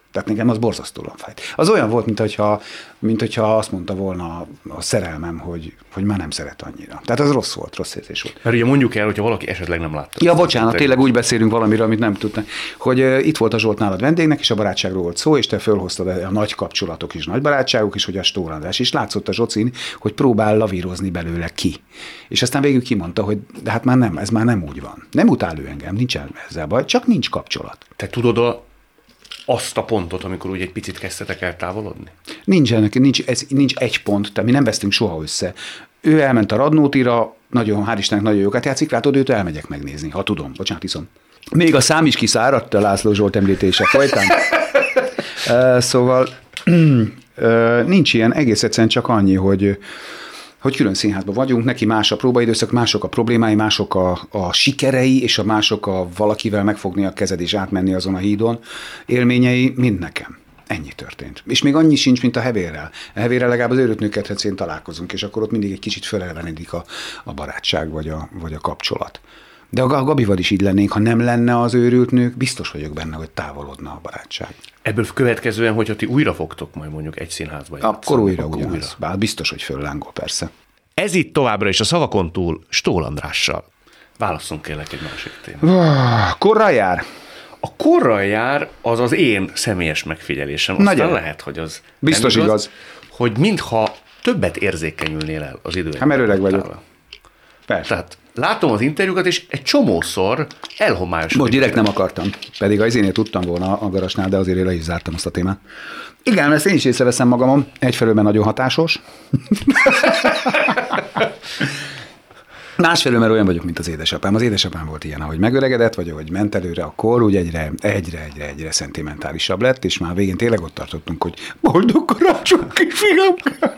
Tehát nekem az borzasztóan fájt. Az olyan volt, mint hogyha, mint hogyha azt mondta volna a szerelmem, hogy, hogy már nem szeret annyira. Tehát az rossz volt, rossz érzés volt. Mert ugye mondjuk el, hogyha valaki esetleg nem látta. Ja, bocsánat, tényleg úgy beszélünk valamiről, amit nem tudtam. Hogy uh, itt volt a Zsolt nálad vendégnek, és a barátságról volt szó, és te fölhoztad a nagy kapcsolatok és nagy barátságok, és hogy a Stól András. És látszott a Zsocin, hogy próbál lavírozni belőle ki. És aztán végül kimondta, hogy de hát már nem, ez már nem úgy van. Nem utál ő engem, nincs ezzel baj, csak nincs kapcsolat. Te tudod a azt a pontot, amikor úgy egy picit kezdtetek el távolodni? Nincsenek, nincs, ez, nincs egy pont, tehát mi nem vesztünk soha össze. Ő elment a Radnótira, nagyon, hál' Istennek nagyon jókat játszik, látod, őt elmegyek megnézni, ha tudom. Bocsánat, iszom. Még a szám is kiszáradt a László Zsolt említése folytán. uh, szóval uh, nincs ilyen, egész egyszerűen csak annyi, hogy hogy külön színházban vagyunk, neki más a próbaidőszak, mások a problémái, mások a, a sikerei, és a mások a valakivel megfogni a kezed és átmenni azon a hídon élményei, mind nekem. Ennyi történt. És még annyi sincs, mint a Hevérrel. A Hevérrel legalább az Őrült Nők Ketrecén találkozunk, és akkor ott mindig egy kicsit fölelevenedik a, a barátság vagy a, vagy a kapcsolat. De a Gabival is így lennénk, ha nem lenne az Őrült Nők, biztos vagyok benne, hogy távolodna a barátság. Ebből következően, hogyha ti újra fogtok majd mondjuk egy színházba játszani, akkor újra akkor ugyanaz. újra. Bár biztos, hogy föllángol, persze. Ez itt továbbra is a Szavakon túl Stól Andrással. Válasszunk kérlek egy másik témát. Korral jár? A korral jár az az én személyes megfigyelésem. Aztán Nagyon. lehet, hogy az biztos nem igaz, igaz, hogy mintha többet érzékenyülnél el az időn. Hát mert öreg vagyok. Persze. Tehát látom az interjúkat, és egy csomószor elhomályosodik. Most direkt nem akartam, pedig az én tudtam volna a Garasnál, de azért le is zártam azt a témát. Igen, ezt én is észreveszem magamon, egyfelől nagyon hatásos. Másfelől, mert olyan vagyok, mint az édesapám. Az édesapám volt ilyen, ahogy megöregedett, vagy ahogy ment előre, akkor úgy egyre, egyre, egyre, egyre szentimentálisabb lett, és már végén tényleg ott tartottunk, hogy boldog karácsony, kisfiam!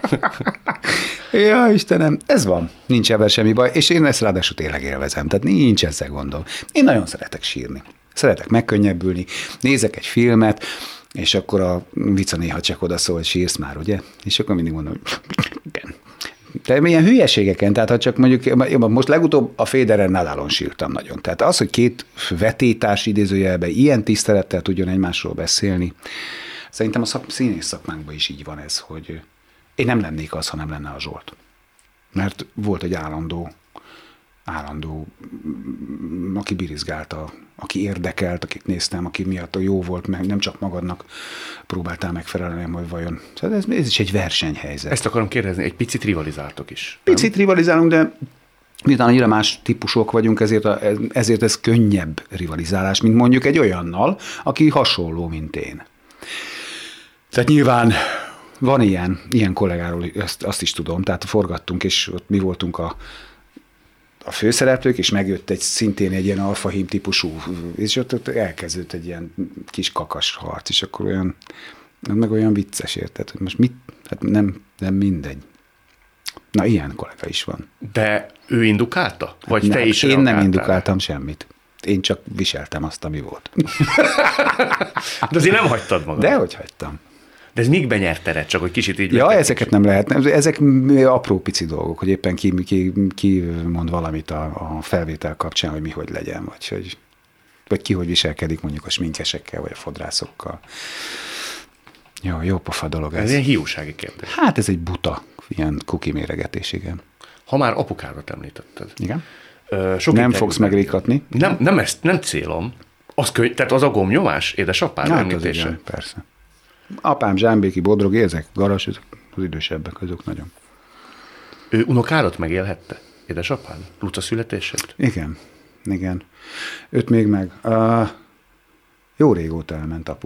Ja, Istenem, ez van, nincs ebben semmi baj, és én ezt ráadásul tényleg élvezem, tehát nincs ezzel gondom. Én nagyon szeretek sírni, szeretek megkönnyebbülni, nézek egy filmet, és akkor a Vica néha csak oda szól, hogy sírsz már, ugye? És akkor mindig mondom, hogy igen. De milyen hülyeségeken, tehát ha csak mondjuk, most legutóbb a Federer Nadalon sírtam nagyon. Tehát az, hogy két vetétárs idézőjelben ilyen tisztelettel tudjon egymásról beszélni, szerintem a szak, színész szakmánkban is így van ez, hogy én nem lennék az, ha nem lenne a Zsolt. Mert volt egy állandó, állandó, aki birizgálta, aki érdekelt, akit néztem, aki miatt jó volt, meg nem csak magadnak próbáltál megfelelni, hogy vajon. Tehát ez, ez is egy versenyhelyzet. Ezt akarom kérdezni, egy picit rivalizáltok is. Picit nem? rivalizálunk, de miután annyira más típusok vagyunk, ezért, a, ezért ez könnyebb rivalizálás, mint mondjuk egy olyannal, aki hasonló, mint én. Tehát nyilván van ilyen, ilyen kollégáról, azt, azt is tudom, tehát forgattunk, és ott mi voltunk a a főszereplők, és megjött egy szintén egy ilyen alfahím típusú, és ott, ott elkezdődött egy ilyen kis kakas harc, és akkor olyan, meg olyan vicces, érted, hogy most mit, hát nem, nem mindegy. Na, ilyen kollega is van. De ő indukálta? Vagy hát te nem, is én nem reagáltál? indukáltam semmit. Én csak viseltem azt, ami volt. De azért nem hagytad magad. De hogy hagytam. De ez mikben nyert teret? Csak hogy kicsit így... Ja, ezeket nem lehet. Ezek apró pici dolgok, hogy éppen ki, ki, ki mond valamit a, a felvétel kapcsán, hogy mi hogy legyen, vagy, hogy, vagy ki hogy viselkedik mondjuk a sminkesekkel, vagy a fodrászokkal. Jó, jó pofa dolog ez. Ez ilyen hiúsági kérdés. Hát ez egy buta, ilyen kuki méregetés, igen. Ha már apukádat említetted. Igen? Ö, sok nem interjúban- fogsz megrikatni? Nem, nem, ezt, nem célom. Az kö... Tehát az a gomnyomás, édesapád Hát az említése. igen, persze. Apám, Zsámbéki, Bodrogi, ezek, Garas, ezek az idősebbek, azok nagyon. Ő unokádat megélhette? Édesapád? Luca születését? Igen, igen. Őt még meg. Uh, jó régóta elment apu.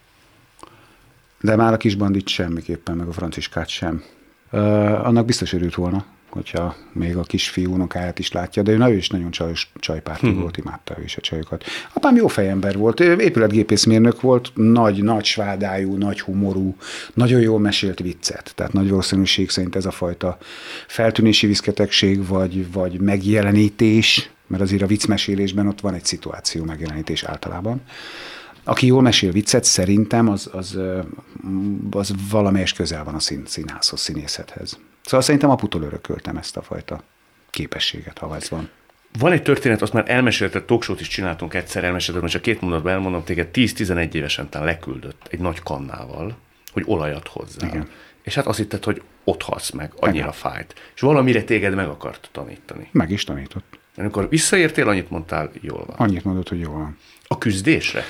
De már a kis bandit semmiképpen, meg a franciskát sem. Uh, annak biztos örült volna, hogyha még a kisfiú unokáját is látja, de ő, ő is nagyon csajos, csajpárti hmm. volt, imádta ő is a csajokat. Apám jó fejember volt, ő épületgépészmérnök volt, nagy, nagy svádájú, nagy humorú, nagyon jól mesélt viccet. Tehát nagy valószínűség szerint ez a fajta feltűnési viszketegség, vagy, vagy megjelenítés, mert azért a viccmesélésben ott van egy szituáció megjelenítés általában. Aki jól mesél viccet, szerintem az, az, az valamelyes közel van a szín, színházhoz, színészethez. Szóval szerintem aputól örököltem ezt a fajta képességet, ha ez van. Van egy történet, azt már elmesélted, talkshow-t is csináltunk egyszer, elmesélted, most csak két mondatban elmondom, téged tíz-tizenegy évesen tán leküldött egy nagy kannával, hogy olajat hozzá. Igen. És hát azt hitted, hogy ott halsz meg, annyira Igen. fájt. És valamire téged meg akart tanítani. Meg is tanított. Amikor visszaértél, annyit mondtál, jól van. Annyit mondott, hogy jól van. A küzdésre?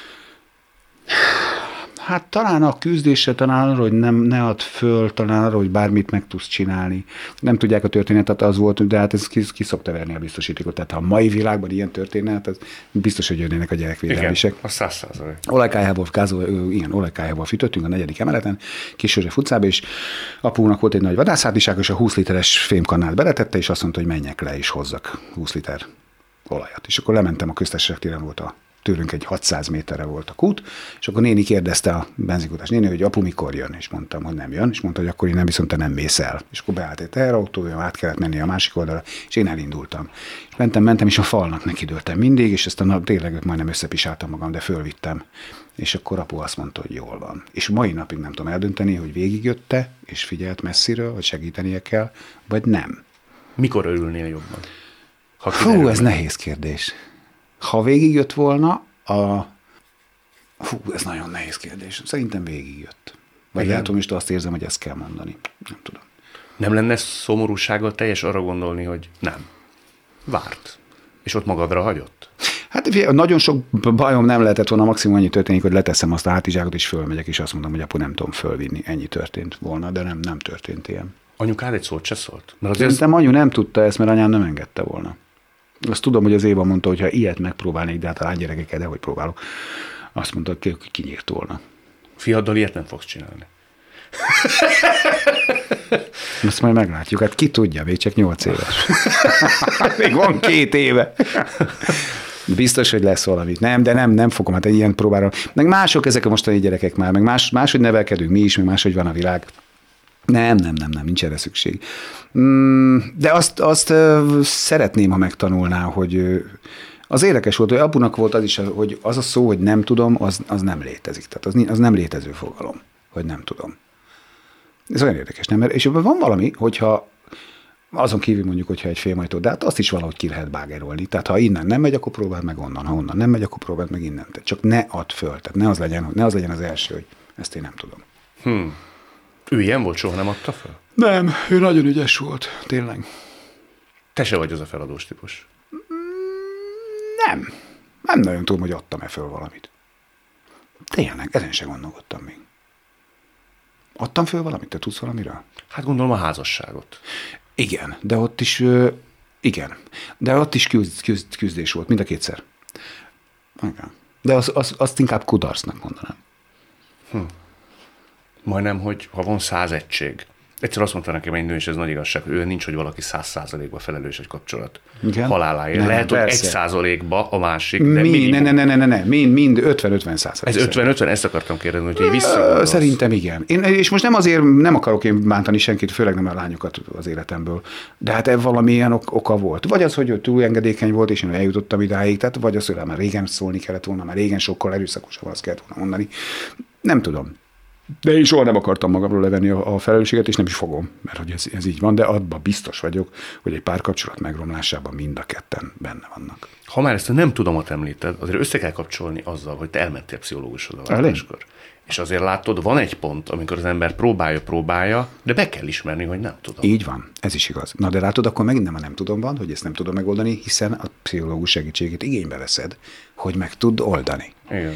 Hát talán a küzdésre, talán arra, hogy nem, ne add föl, talán arra, hogy bármit meg tudsz csinálni. Nem tudják a történetet, az volt, de hát ez ki, ki szokta verni a biztosítékot. Tehát ha a mai világban ilyen történet, az biztos, hogy jönnének a gyerekvédelmisek. Igen, a száz százalék. Olajkályhából, igen, olajkályhából fűtöttünk a negyedik emeleten, Kis József utcába, és apunak volt egy nagy vadászhátizsák, és a húsz literes fémkannát beletette, és azt mondta, hogy menjek le, és hozzak húsz liter olajat. És akkor lementem, a Köztársaság téren volt a tőlünk egy hatszáz méterre volt a kút, és akkor néni kérdezte a benzinkutás néni, hogy apu mikor jön, és mondtam, hogy nem jön, és mondta, hogy akkor én nem, viszont te nem mész el. És akkor beállt egy teherautó, át kellett menni a másik oldalra, és én elindultam. És mentem, mentem, és a falnak nekidőltem mindig, és ezt a nap tényleg majdnem összepisáltam magam, de fölvittem. És akkor apu azt mondta, hogy jól van. És mai napig nem tudom eldönteni, hogy végigjötte, és figyelt messziről, hogy segítenie kell, vagy nem. Mikor örülnél jobban? Ha Hú, ez nehéz kérdés. Ha végigjött volna, a... Hú, ez nagyon nehéz kérdés. Szerintem végigjött. Vagy lehet, hogy most azt érzem, hogy ezt kell mondani. Nem tudom. Nem lenne szomorúsággal teljes arra gondolni, hogy nem. Várt. És ott magadra hagyott? Hát nagyon sok bajom nem lehetett volna, maximum annyi történik, hogy leteszem azt a hátizsákot, és fölmegyek, és azt mondom, hogy apu, nem tudom fölvinni. Ennyi történt volna, de nem, nem történt ilyen. Anyukád egy szót se szólt? Mert Szerintem ez... anyu nem tudta ezt, mert anyám nem engedte volna. Azt tudom, hogy az Éva mondta, hogy ha ilyet megpróbálnék, de hát a lánygyerekeket, de hogy próbálok, azt mondta, hogy kinyírt volna. Fiaddal ilyet nem fogsz csinálni. Azt majd meglátjuk. Hát ki tudja, még csak nyolc éves. Még van két éve. Biztos, hogy lesz valamit. Nem, de nem, nem fogom, hát egy ilyen próbára. Meg mások ezek a mostani gyerekek már, meg más, máshogy nevelkedünk mi is, meg máshogy van a világ. Nem, nem, nem, nem, nincs erre szükség. De azt, azt szeretném, ha megtanulná, hogy az érdekes volt, hogy apunak volt az is, hogy az a szó, hogy nem tudom, az, az nem létezik. Tehát az, az nem létező fogalom, hogy nem tudom. Ez olyan érdekes, nem? És van valami, hogyha azon kívül mondjuk, hogyha egy félmajtó, de hát azt is valahogy ki lehet bágerolni. Tehát ha innen nem megy, akkor próbáld meg onnan. Ha onnan nem megy, akkor próbáld meg innen. Csak ne add föl. Tehát ne az legyen, ne az legyen az első, hogy ezt én nem tudom. Hmm. Ő ilyen volt, soha nem adta fel? Nem, ő nagyon ügyes volt, tényleg. Te se vagy az a feladós típus? Nem. Nem nagyon tudom, hogy adtam-e föl valamit. Tényleg, ezen se gondolkodtam még. Adtam föl valamit? Te tudsz valamiről? Hát gondolom a házasságot. Igen, de ott is, igen, de ott is küzd, küzd, küzdés volt, mind a kétszer. Igen. De az, az, azt inkább kudarcnak mondanám. Hm. Majdnem, hogy ha van száz egység. Egyszer azt mondta nekem egy nő, és ez nagy igazság, hogy ő nincs, hogy valaki száz százalékban felelős egy kapcsolat Igen? haláláért. Nem, lehet, persze. hogy egy százalékba a másik, de Mi, ne, ne, ne, ne, ne, ne, mind, mind ötven-ötven százalék. Ez ötven-ötven, ezt akartam kérdezni, hogy így visszagondolsz. Szerintem igen. Én, és most nem azért, nem akarok én bántani senkit, főleg nem a lányokat az életemből, de hát valamilyen ok, oka volt. Vagy az, hogy ő túl engedékeny volt, és én eljutottam idáig, tehát vagy az, hogy már régen szólni kellett volna, már régen sokkal erőszakosabban azt kellett volna mondani. Nem tudom. De én soha nem akartam magamról levenni a, a felelősséget, és nem is fogom, mert hogy ez, ez így van, de abban biztos vagyok, hogy egy párkapcsolat megromlásában mind a ketten benne vannak. Ha már ezt nem tudomat említed, azért össze kell kapcsolni azzal, hogy te elmentél pszichológushoz a váltáskor. És azért látod, van egy pont, amikor az ember próbálja, próbálja, de be kell ismerni, hogy nem tudom. Így van, ez is igaz. Na de látod, akkor megint nem a nem tudom van, hogy ezt nem tudom megoldani, hiszen a pszichológus segítségét igénybe veszed, hogy meg tud oldani. Igen.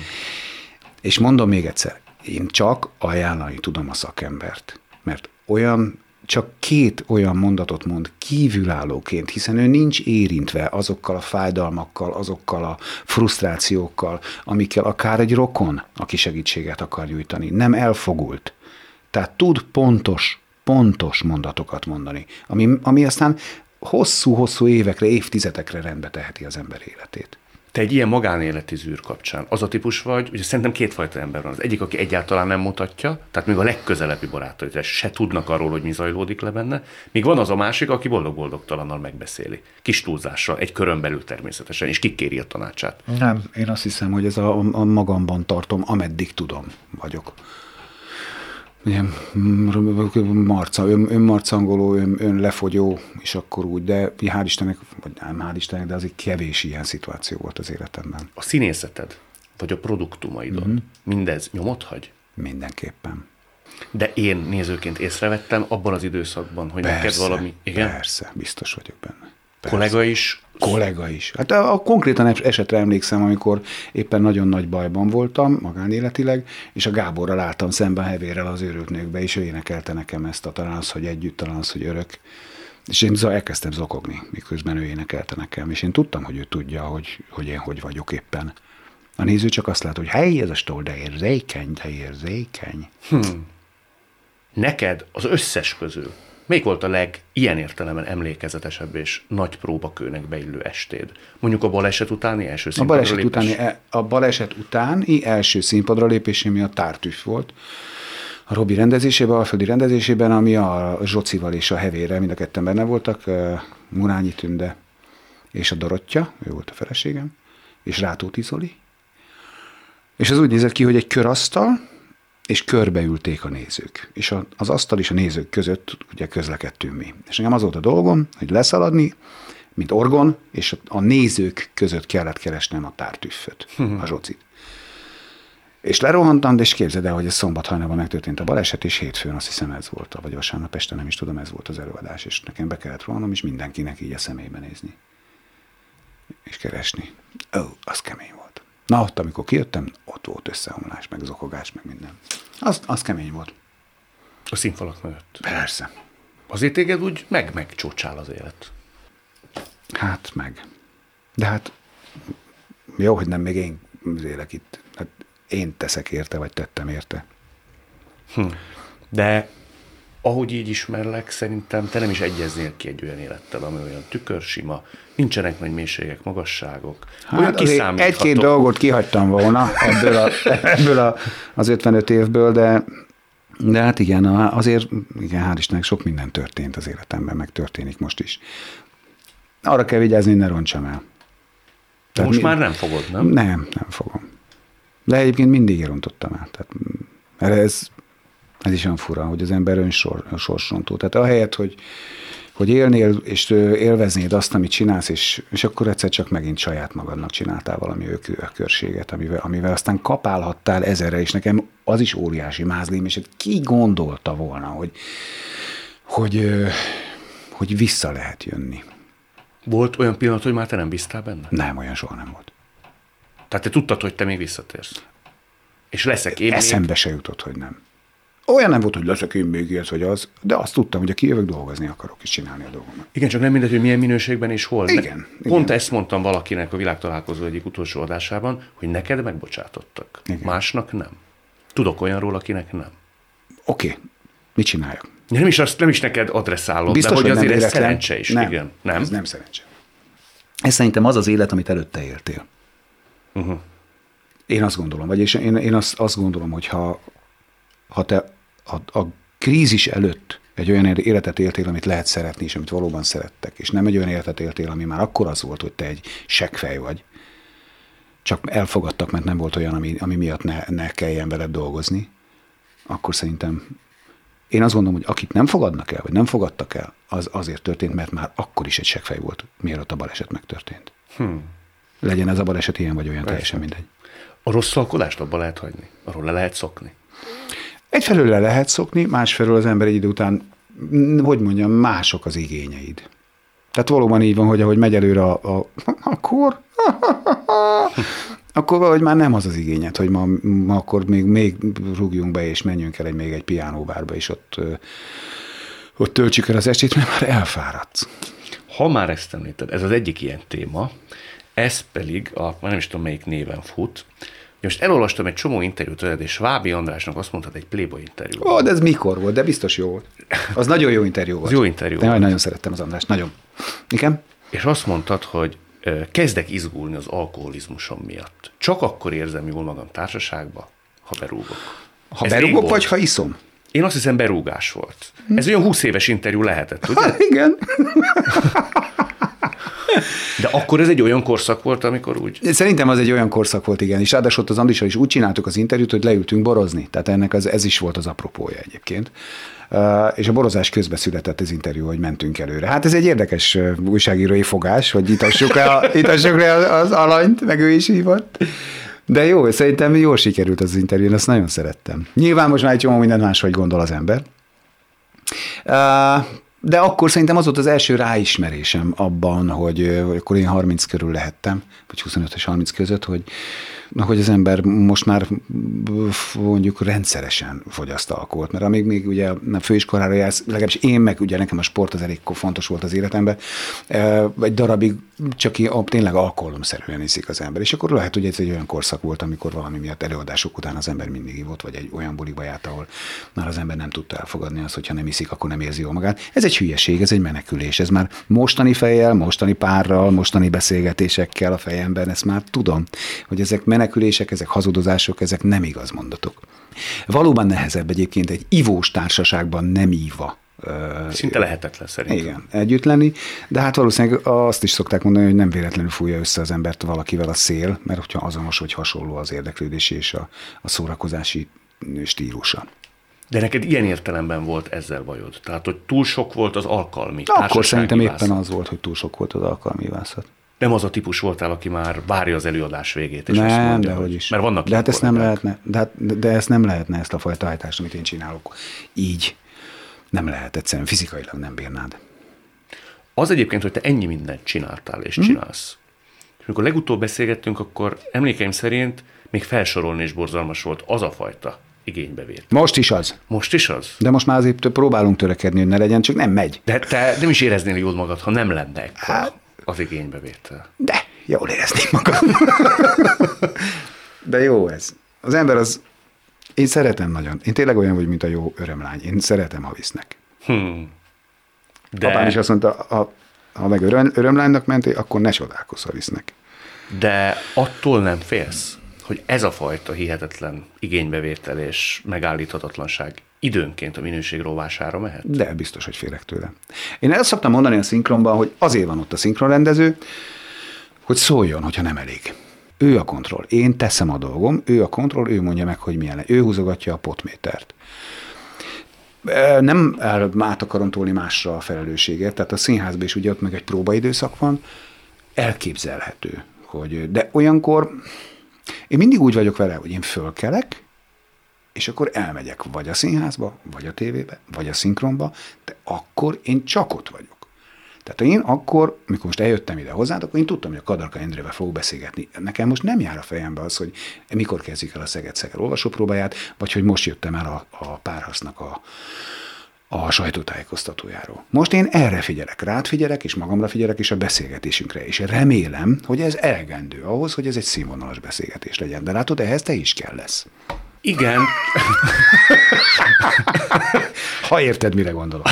És mondom még egyszer, én csak ajánlani tudom a szakembert, mert olyan, csak két olyan mondatot mond kívülállóként, hiszen ő nincs érintve azokkal a fájdalmakkal, azokkal a frusztrációkkal, amikkel akár egy rokon, aki segítséget akar nyújtani, nem elfogult. Tehát tud pontos, pontos mondatokat mondani, ami, ami aztán hosszú-hosszú évekre, évtizedekre rendbe teheti az ember életét. Te egy ilyen magánéleti zűr kapcsán az a típus vagy, ugye szerintem kétfajta ember van. Az egyik, aki egyáltalán nem mutatja, tehát még a legközelebbi barátai se tudnak arról, hogy mi zajlódik le benne, míg van az a másik, aki boldog-boldogtalannal megbeszéli. Kis túlzással, egy körön belül természetesen, és kikéri a tanácsát. Nem, én azt hiszem, hogy ez a, a magamban tartom, ameddig tudom vagyok. ilyen marca, ön, önmarcangoló, ön, önlefogyó, és akkor úgy, de hál' Istennek, vagy nem hál' Istennek, de azért kevés ilyen szituáció volt az életemben. A színészeted, vagy a produktumaidon, mm-hmm. mindez nyomot hagy? Mindenképpen. De én nézőként észrevettem abban az időszakban, hogy persze, neked valami... Igen? Persze, biztos vagyok benne. Persze. Kollega is? Kollega is. Hát a, a konkrétan esetre emlékszem, amikor éppen nagyon nagy bajban voltam, magánéletileg, és a Gáborral álltam szemben Hevérrel az Őrült nőkbe, és ő énekelte nekem ezt a talán az, hogy együtt, talán az, hogy örök. És én elkezdtem zokogni, miközben ő énekelte nekem, és én tudtam, hogy ő tudja, hogy, hogy én hogy vagyok éppen. A néző csak azt lát, hogy hely, ez a stól, de érzékeny, de érzékeny. Hmm. Neked az összes közül melyik volt a leg ilyen értelemben emlékezetesebb és nagy próbakőnek beillő estéd? Mondjuk a baleset utáni első színpadra lépés? A baleset utáni, a baleset utáni első színpadra lépés, ami a Tártűf volt. A Robi rendezésében, Alföldi rendezésében, ami a Zsocival és a Hevérrel, mind a ketten benne voltak, Murányi Tünde és a Dorottya, ő volt a feleségem, és Rátóti Zoli. És az úgy nézett ki, hogy egy körasztal, és körbeülték a nézők. És az asztal és a nézők között ugye közlekedtünk mi. És nekem az volt a dolgom, hogy leszaladni, mint orgon, és a nézők között kellett keresnem a Tártűfföt, a Zsocit. És lerohantam, de és képzeld el, hogy ez szombat hajnalban megtörtént a baleset, és hétfőn azt hiszem ez volt, vagy vasárnap este, nem is tudom, ez volt az előadás, és nekem be kellett rohannom, és mindenkinek így a szemébe nézni. És keresni. Ó, oh, az kemény volt. Na, ott, amikor kijöttem, ott volt összeomlás, meg zokogás, meg minden. Az, az kemény volt. A színfalak mögött? Persze. Azért téged úgy meg-megcsócsál az élet. Hát meg. De hát jó, hogy nem még én élek itt. Hát én teszek érte, vagy tettem érte. Hm. De ahogy így ismerlek, szerintem te nem is egyeznél ki egy olyan élettel, ami olyan tükörsima, nincsenek nagy mélységek, magasságok. Hát egy-két dolgot kihagytam volna ebből, a, ebből a, az ötvenöt évből, de, de hát igen, azért igen, hál' Istennek sok minden történt az életemben, meg történik most is. Arra kell vigyázni, hogy ne rontsam el. De most mi, már nem fogod, nem? Nem, nem fogom. De egyébként mindig rontottam el. Tehát, mert ez, ez is olyan fura, hogy az ember önsorsrontó. Tehát ahelyett, hogy hogy élnél és élveznéd azt, amit csinálsz, és, és akkor egyszer csak megint saját magadnak csináltál valami ökörséget, amivel, amivel aztán kapálhattál ezerre, és nekem az is óriási mázlim, és ki gondolta volna, hogy, hogy, hogy vissza lehet jönni. Volt olyan pillanat, hogy már te nem bíztál benne? Nem, olyan soha nem volt. Tehát te tudtad, hogy te még visszatérsz? És leszek én Eszembe se jutott, hogy nem. Olyan nem volt, hogy leszek én még ilyet, vagy az, de azt tudtam, hogy aki jövök, dolgozni akarok, és csinálni a dolgomat. Igen, csak nem mindegy, hogy milyen minőségben és hol. Igen. Pont igen. ezt mondtam valakinek a világtalálkozó egyik utolsó adásában, hogy neked megbocsátottak. Igen. Másnak nem. Tudok olyanról, akinek nem. Oké, okay. Mit csináljak? Nem is, azt, nem is neked adresszálom, biztos, de hogy, hogy azért ez szerencse is. Nem, igen. Nem? Ez nem szerencse. Ez szerintem az az élet, amit előtte éltél. Uh-huh. Én azt gondolom, vagyis én, én azt, azt gondolom, hogy ha, ha te a, a krízis előtt egy olyan életet éltél, amit lehet szeretni, és amit valóban szerettek, és nem egy olyan életet éltél, ami már akkor az volt, hogy te egy seggfej vagy, csak elfogadtak, mert nem volt olyan, ami, ami miatt ne, ne kelljen veled dolgozni, akkor szerintem én azt gondolom, hogy akit nem fogadnak el, vagy nem fogadtak el, az azért történt, mert már akkor is egy seggfej volt, mielőtt a baleset megtörtént. Hmm. Legyen ez a baleset ilyen vagy olyan, persze. Teljesen mindegy. A rosszalkodást abba lehet hagyni? Arról le lehet szokni? Egyfelől le lehet szokni, másfelől az ember egy idő után, hogy mondjam, mások az igényeid. Tehát valóban így van, hogy ahogy megy előre a, a akkor, akkor valahogy már nem az az igényed, hogy ma, ma akkor még, még rúgjunk be, és menjünk el egy, még egy piánóbárba, és ott, ott töltsük el az estét, mert már elfáradsz. Ha már ezt említed, ez az egyik ilyen téma, ez pedig, a, már nem is tudom melyik néven fut. Most elolvastam egy csomó interjút veled, és Svábi Andrásnak azt mondtad egy Playboy interjú. Ó, de ez mikor volt, de biztos jó volt. Az nagyon jó interjú volt. Az jó interjú volt. Nagyon szerettem az Andrást, nagyon. Igen? És azt mondtad, hogy kezdek izgulni az alkoholizmusom miatt. Csak akkor érzem jól magam társaságba, ha berúgok. Ha ez berúgok, vagy ha iszom? Én azt hiszem berúgás volt. Ez olyan húsz éves interjú lehetett, ugye? Ha, igen. De akkor ez egy olyan korszak volt, amikor úgy... Szerintem az egy olyan korszak volt, igen, és ráadásul ott az Andrissal is úgy csináltuk az interjút, hogy leültünk borozni. Tehát ennek az, ez is volt az apropója egyébként. Uh, és a borozás közben született az interjú, hogy mentünk előre. Hát ez egy érdekes uh, újságírói fogás, hogy itassuk le, itassuk le az alanyt, meg ő is hívott. De jó, szerintem jól sikerült az interjú, én azt nagyon szerettem. Nyilván most már egy csomó mindent máshogy gondol az ember. Uh, de akkor szerintem az volt az első ráismerésem abban, hogy, hogy akkor én harminc körül lehettem, vagy huszonöt és harminc között, hogy, hogy az ember most már mondjuk rendszeresen fogyaszt alkoholt, mert amíg még ugye a főiskolára jársz, legalábbis én meg ugye nekem a sport az elég fontos volt az életemben, egy darabig csak tényleg alkoholomszerűen iszik az ember, és akkor lehet, hogy ez egy olyan korszak volt, amikor valami miatt előadások után az ember mindig ivott, vagy egy olyan buliba járt, ahol már az ember nem tudta elfogadni azt, hogyha nem iszik, akkor nem érzi jól magát. Ez egy hülyeség, ez egy menekülés, ez már mostani fejjel, mostani párral, mostani beszélgetésekkel a fejemben, ezt már tudom, hogy ezek menekülések, ezek hazudozások, ezek nem igaz mondatok. Valóban nehezebb egyébként egy ivós társaságban nem ívva. Szinte lehetetlen szerintem. Igen, együtt lenni, de hát valószínűleg azt is szokták mondani, hogy nem véletlenül fújja össze az embert valakivel a szél, mert hogyha azonos vagy hasonló az érdeklődési és a, a szórakozási stílusa. De neked ilyen értelemben volt ezzel bajod? Tehát, hogy túl sok volt az alkalmi akkor szerintem éppen az volt, hogy túl sok volt az alkalmi vászat. Nem az a típus voltál, aki már várja az előadás végét, és nem, azt mondja, de hogy is. Mert vannak de hát ezt nem lehetne, de, hát, de ezt nem lehetne, ezt a fajta hajtást, amit én csinálok. Így nem lehet egyszerűen, fizikailag nem bírnád. Az egyébként, hogy te ennyi mindent csináltál és csinálsz. Hmm. És amikor legutóbb beszélgettünk, akkor emlékeim szerint még felsorolni is borzalmas volt az a fajta igénybevétel. Most is az. Most is az? De most már azért próbálunk törekedni, hogy ne legyen, csak nem megy. De te nem is éreznél jól magad, ha nem lenne hát, az igénybevétel. De, jól éreznék magam. De jó ez. Az ember az, én szeretem nagyon. Én tényleg olyan vagy, mint a jó örömlány. Én szeretem, ha visznek. Hmm. De... Apám is azt mondta, ha, ha meg öröm, örömlánynak mentél, akkor ne csodálkozz, ha visznek. De attól nem félsz, hogy ez a fajta hihetetlen igénybevétel és megállíthatatlanság időnként a minőség rovására mehet? De biztos, hogy félek tőle. Én el szoktam mondani a szinkronban, hogy azért van ott a szinkronrendező, hogy szóljon, hogyha nem elég. Ő a kontroll. Én teszem a dolgom, ő a kontroll, ő mondja meg, hogy milyen. Ő húzogatja a potmétert. Nem át akarom tolni másra a felelősséget, tehát a színházban is ugye ott meg egy próbaidőszak van, elképzelhető, hogy de olyankor én mindig úgy vagyok vele, hogy én fölkelek, és akkor elmegyek vagy a színházba, vagy a tévébe, vagy a szinkronba, de akkor én csak ott vagyok. Tehát én akkor, amikor most eljöttem ide hozzád, akkor én tudtam, hogy a Kadarka Endrével fogok beszélgetni. Nekem most nem jár a fejembe az, hogy mikor kezdjük el a Szeged-Szeger olvasópróbáját, vagy hogy most jöttem el a, a Párhasznak a, a sajtótájékoztatójáról. Most én erre figyelek, rád figyelek, és magamra figyelek, és a beszélgetésünkre. És remélem, hogy ez elegendő ahhoz, hogy ez egy színvonalas beszélgetés legyen. De látod, ehhez te is kell lesz. Igen. Ha érted, mire gondolok.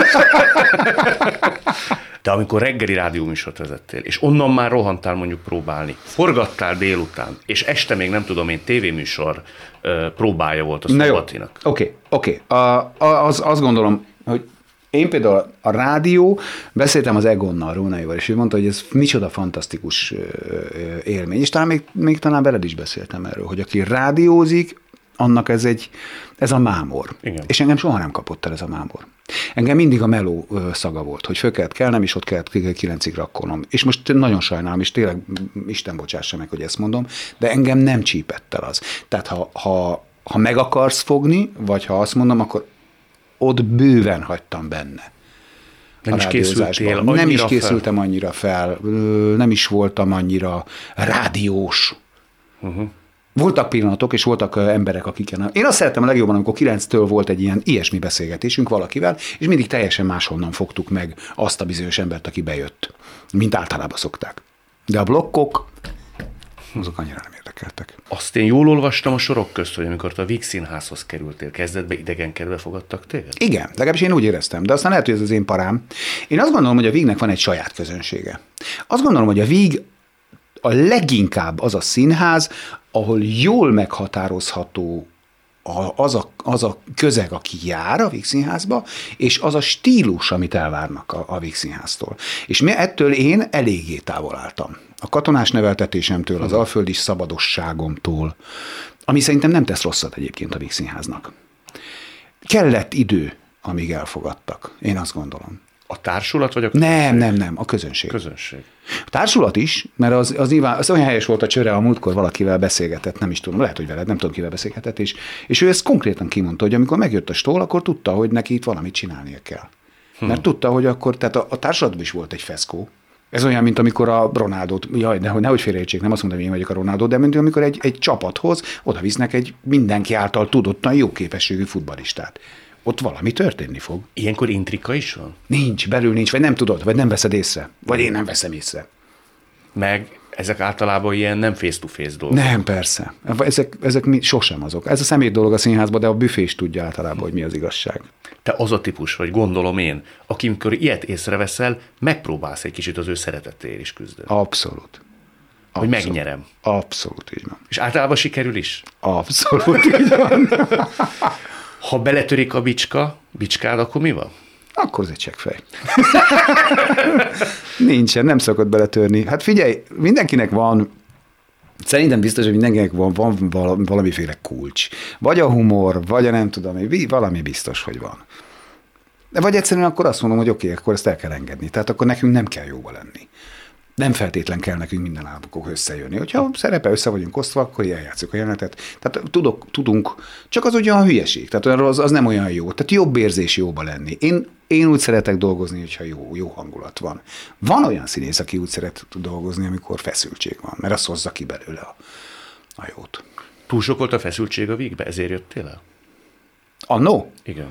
De amikor reggeli rádióműsort vezettél, és onnan már rohantál mondjuk próbálni, forgattál délután, és este még nem tudom én tévéműsor uh, próbája volt a Szobatinak. Oké, oké. Az, azt gondolom, hogy én például a rádió, beszéltem az Egonnal, Rónaival, és ő mondta, hogy ez micsoda fantasztikus élmény, és talán még, még talán veled is beszéltem erről, hogy aki rádiózik, annak ez egy, ez a mámor. Igen. És engem soha nem kapott el ez a mámor. Engem mindig a meló szaga volt, hogy föl kellett kelnem, és ott kellett kilencig rakkolnom. És most nagyon sajnálom, és tényleg Isten bocsássa meg, hogy ezt mondom, de engem nem csípett el az. Tehát ha, ha, ha meg akarsz fogni, vagy ha azt mondom, akkor ott bőven hagytam benne. Nem is készültél annyira Nem is készültem fel. annyira fel, nem is voltam annyira rádiós. Uh-huh. Voltak pillanatok, és voltak emberek, akiken... Én azt szerettem a legjobban, amikor kilenctől volt egy ilyen ilyesmi beszélgetésünk valakivel, és mindig teljesen máshonnan fogtuk meg azt a bizonyos embert, aki bejött, mint általában szokták. De a blokkok, azok annyira nem érdekeltek. Azt én jól olvastam a sorok közt, hogy amikor te a Víg Színházhoz kerültél, kezdetbe idegenkedve fogadtak téged? Igen, legalábbis én úgy éreztem, de aztán lehet, hogy ez az én parám. Én azt gondolom, hogy a Vígnek van egy saját közönsége. Azt gondolom, hogy a Víg a leginkább az a színház, ahol jól meghatározható a, az, a, az a közeg, aki jár a Vígszínházba, és az a stílus, amit elvárnak a, a Vígszínháztól. És mi, ettől én eléggé távol álltam. A katonás neveltetésemtől, az alföldi szabadosságomtól, ami szerintem nem tesz rosszat egyébként a Vígszínháznak. Kellett idő, amíg elfogadtak. Én azt gondolom. A társulat vagy a közönség? Nem, nem, nem, a közönség. Közönség. A társulat is, mert az, az, nyilván, az olyan helyes volt a Csöre, a múltkor valakivel beszélgetett, nem is tudom, lehet, hogy veled, nem tudom, kivel beszélgetett, és, és ő ezt konkrétan kimondta, hogy amikor megjött a stól, akkor tudta, hogy neki itt valamit csinálnia kell. Hm. Mert tudta, hogy akkor, tehát a, a társulatban is volt egy feszkó. Ez olyan, mint amikor a Ronaldót, jaj, nehogy, nehogy félreértsék, nem azt mondom, hogy én vagyok a Ronaldo, de mint amikor egy, egy csapathoz oda visznek egy mindenki által tudottan jó képességű futballistát. Ott valami történni fog. Ilyenkor intrika is van? Nincs, belül nincs, vagy nem tudod, vagy nem veszed észre. Vagy én nem veszem észre. Meg ezek általában ilyen nem face-to-face dolgok. Nem, persze. Ezek, ezek mi, sosem azok. Ez a szemét dolog a színházban, de a büfé is tudja általában, hogy mi az igazság. Te az a típus vagy, gondolom én, aki amikor ilyet észreveszel, megpróbálsz egy kicsit az ő szeretettéért is küzdeni. Abszolút. Hogy Abszolút. megnyerem. Abszolút így van. És általában sikerül is? Abszolút így van. Ha beletörik a bicska, bicskád, akkor mi van? Akkor az egy csekkfej. Nincsen, nem szokott beletörni. Hát figyelj, mindenkinek van, szerintem biztos, hogy mindenkinek van, van valamiféle kulcs. Vagy a humor, vagy a nem tudom, valami biztos, hogy van. De vagy egyszerűen akkor azt mondom, hogy oké, okay, akkor ezt el kell engedni. Tehát akkor nekünk nem kell jóba lenni. Nem feltétlen kell nekünk minden álbukok összejönni. Hogyha szerepe össze vagyunk osztva, akkor eljátszunk a jelenetet. Tehát tudok, tudunk, csak az olyan hülyeség. Tehát az, az nem olyan jó. Tehát jobb érzés jóba lenni. Én, én úgy szeretek dolgozni, hogyha jó, jó hangulat van. Van olyan színész, aki úgy szeret dolgozni, amikor feszültség van, mert az hozza ki belőle a, a jót. Túl sok volt a feszültség a Vígbe, ezért jöttél el? Annó? Igen.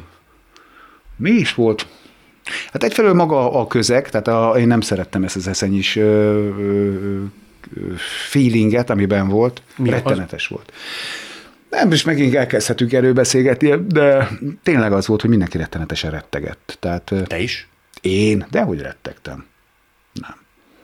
Mi is volt? Hát egyfelől maga a közeg, tehát a, én nem szerettem ezt az eszenyis ö, ö, feelinget, amiben volt. Mi rettenetes az? Volt. Nem, és megint elkezdhetünk erről beszélgetni, de tényleg az volt, hogy mindenki rettenetesen rettegett. Tehát, te is? Én? Dehogy rettegtem. Nem.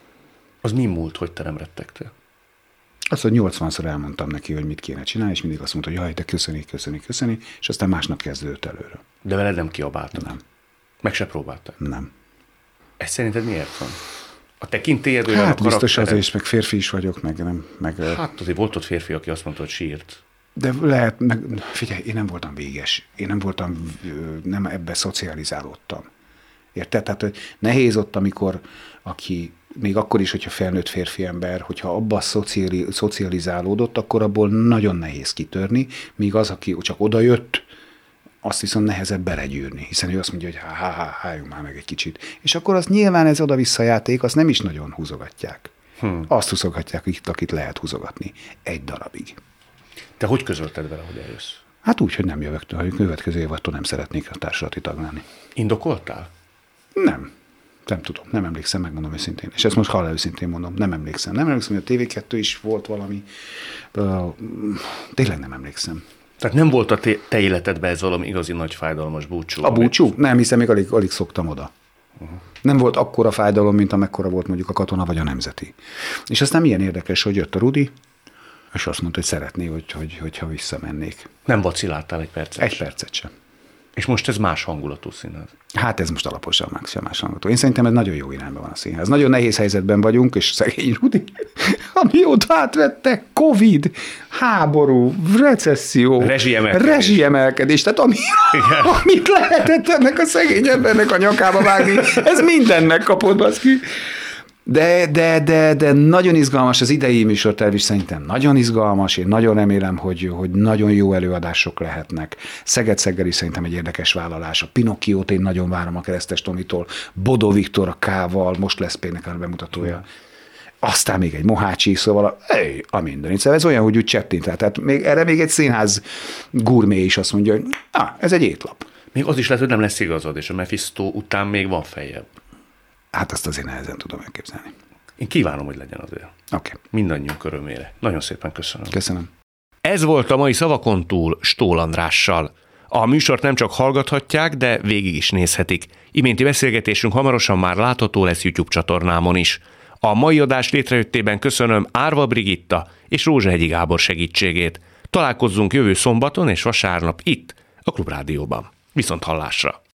Az mi múlt, hogy te nem rettegtél? Azt, hogy nyolcvanszor elmondtam neki, hogy mit kéne csinálni, és mindig azt mondta, hogy jaj, de köszöni, köszöni, köszöni, és aztán másnap kezdődött előre. De veled nem kiabáltak? Nem. Meg se próbáltak? Nem. Ez szerinted miért van? A tekintélyed olyan, hát a biztos azért is, meg férfi is vagyok, meg nem. Meg, hát azért volt ott férfi, aki azt mondta, hogy sírt. De lehet, meg figyelj, én nem voltam véges. Én nem voltam, nem ebbe szocializálódtam. Érted? Tehát hogy nehéz ott, amikor aki, még akkor is, hogyha felnőtt férfi ember, hogyha abba szociali, szocializálódott, akkor abból nagyon nehéz kitörni, míg az, aki csak odajött, azt viszont nehezebb belegyűrni, hiszen ő azt mondja, hogy há, há, há, álljunk már meg egy kicsit. És akkor az nyilván ez oda-vissza játék, azt nem is nagyon húzogatják. Hmm. Azt húzogatják itt, akit lehet húzogatni. Egy darabig. Te hogy közölted vele, hogy eljössz? Hát úgy, hogy nem jövök, hogy következő évattól nem szeretnék a társulati tag lenni. Indokoltál? Nem. Nem tudom, nem emlékszem, megmondom őszintén. És ezt most hallá őszintén mondom, nem emlékszem. Nem emlékszem, hogy a té vé kettő is volt valami. Uh, tényleg nem emlékszem. Tehát nem volt a te, te életedben ez valami igazi nagy fájdalmas búcsú? A búcsú? Amit... Nem, hiszen még alig, alig szoktam oda. Uh-huh. Nem volt akkora fájdalom, mint amekkora volt mondjuk a Katona vagy a Nemzeti. És aztán milyen érdekes, hogy jött a Rudi, és azt mondta, hogy szeretné, hogy, hogy, hogyha visszamennék. Nem vaciláltál egy percet? Egy percet sem. És most ez más hangulatú színház? Hát ez most alaposan más, más hangulatú. Én szerintem ez nagyon jó irányban van a színház. Nagyon nehéz helyzetben vagyunk, és szegény Rudi, amióta átvette, Covid, háború, recesszió, rezsiemelkedés. rezsiemelkedés. Tehát ami, amit lehetett ennek a szegény embernek a nyakába vágni, ez mindennek kapott, baszki. De, de, de, de nagyon izgalmas az idei műsorterv is, szerintem nagyon izgalmas, én nagyon remélem, hogy, hogy nagyon jó előadások lehetnek. Szeged-Szeggeri is szerintem egy érdekes vállalás. A Pinokkiót én nagyon várom a Keresztes Tomitól, Bodó Viktor a K-val, most lesz P-nek a bemutatója. Aztán még egy Mohácsi, szóval a, hey, a mindenit. Szóval ez olyan, hogy úgy csettint rá. Tehát még, erre még egy színház gurmé is azt mondja, hogy ah, ez egy étlap. Még az is lehet, hogy nem lesz igazad, és a Mephisto után még van feljebb. Hát azt azért nehezen tudom elképzelni. Én kívánom, hogy legyen azért. Oké. Okay. Mindannyiunk örömére. Nagyon szépen köszönöm. Köszönöm. Ez volt a mai Szavakon túl Stól Andrással. A műsort nem csak hallgathatják, de végig is nézhetik. Iménti beszélgetésünk hamarosan már látható lesz YouTube csatornámon is. A mai adás létrejöttében köszönöm Árva Brigitta és Rózsahegyi Gábor segítségét. Találkozzunk jövő szombaton és vasárnap itt, a Klubrádióban. Viszont hallásra!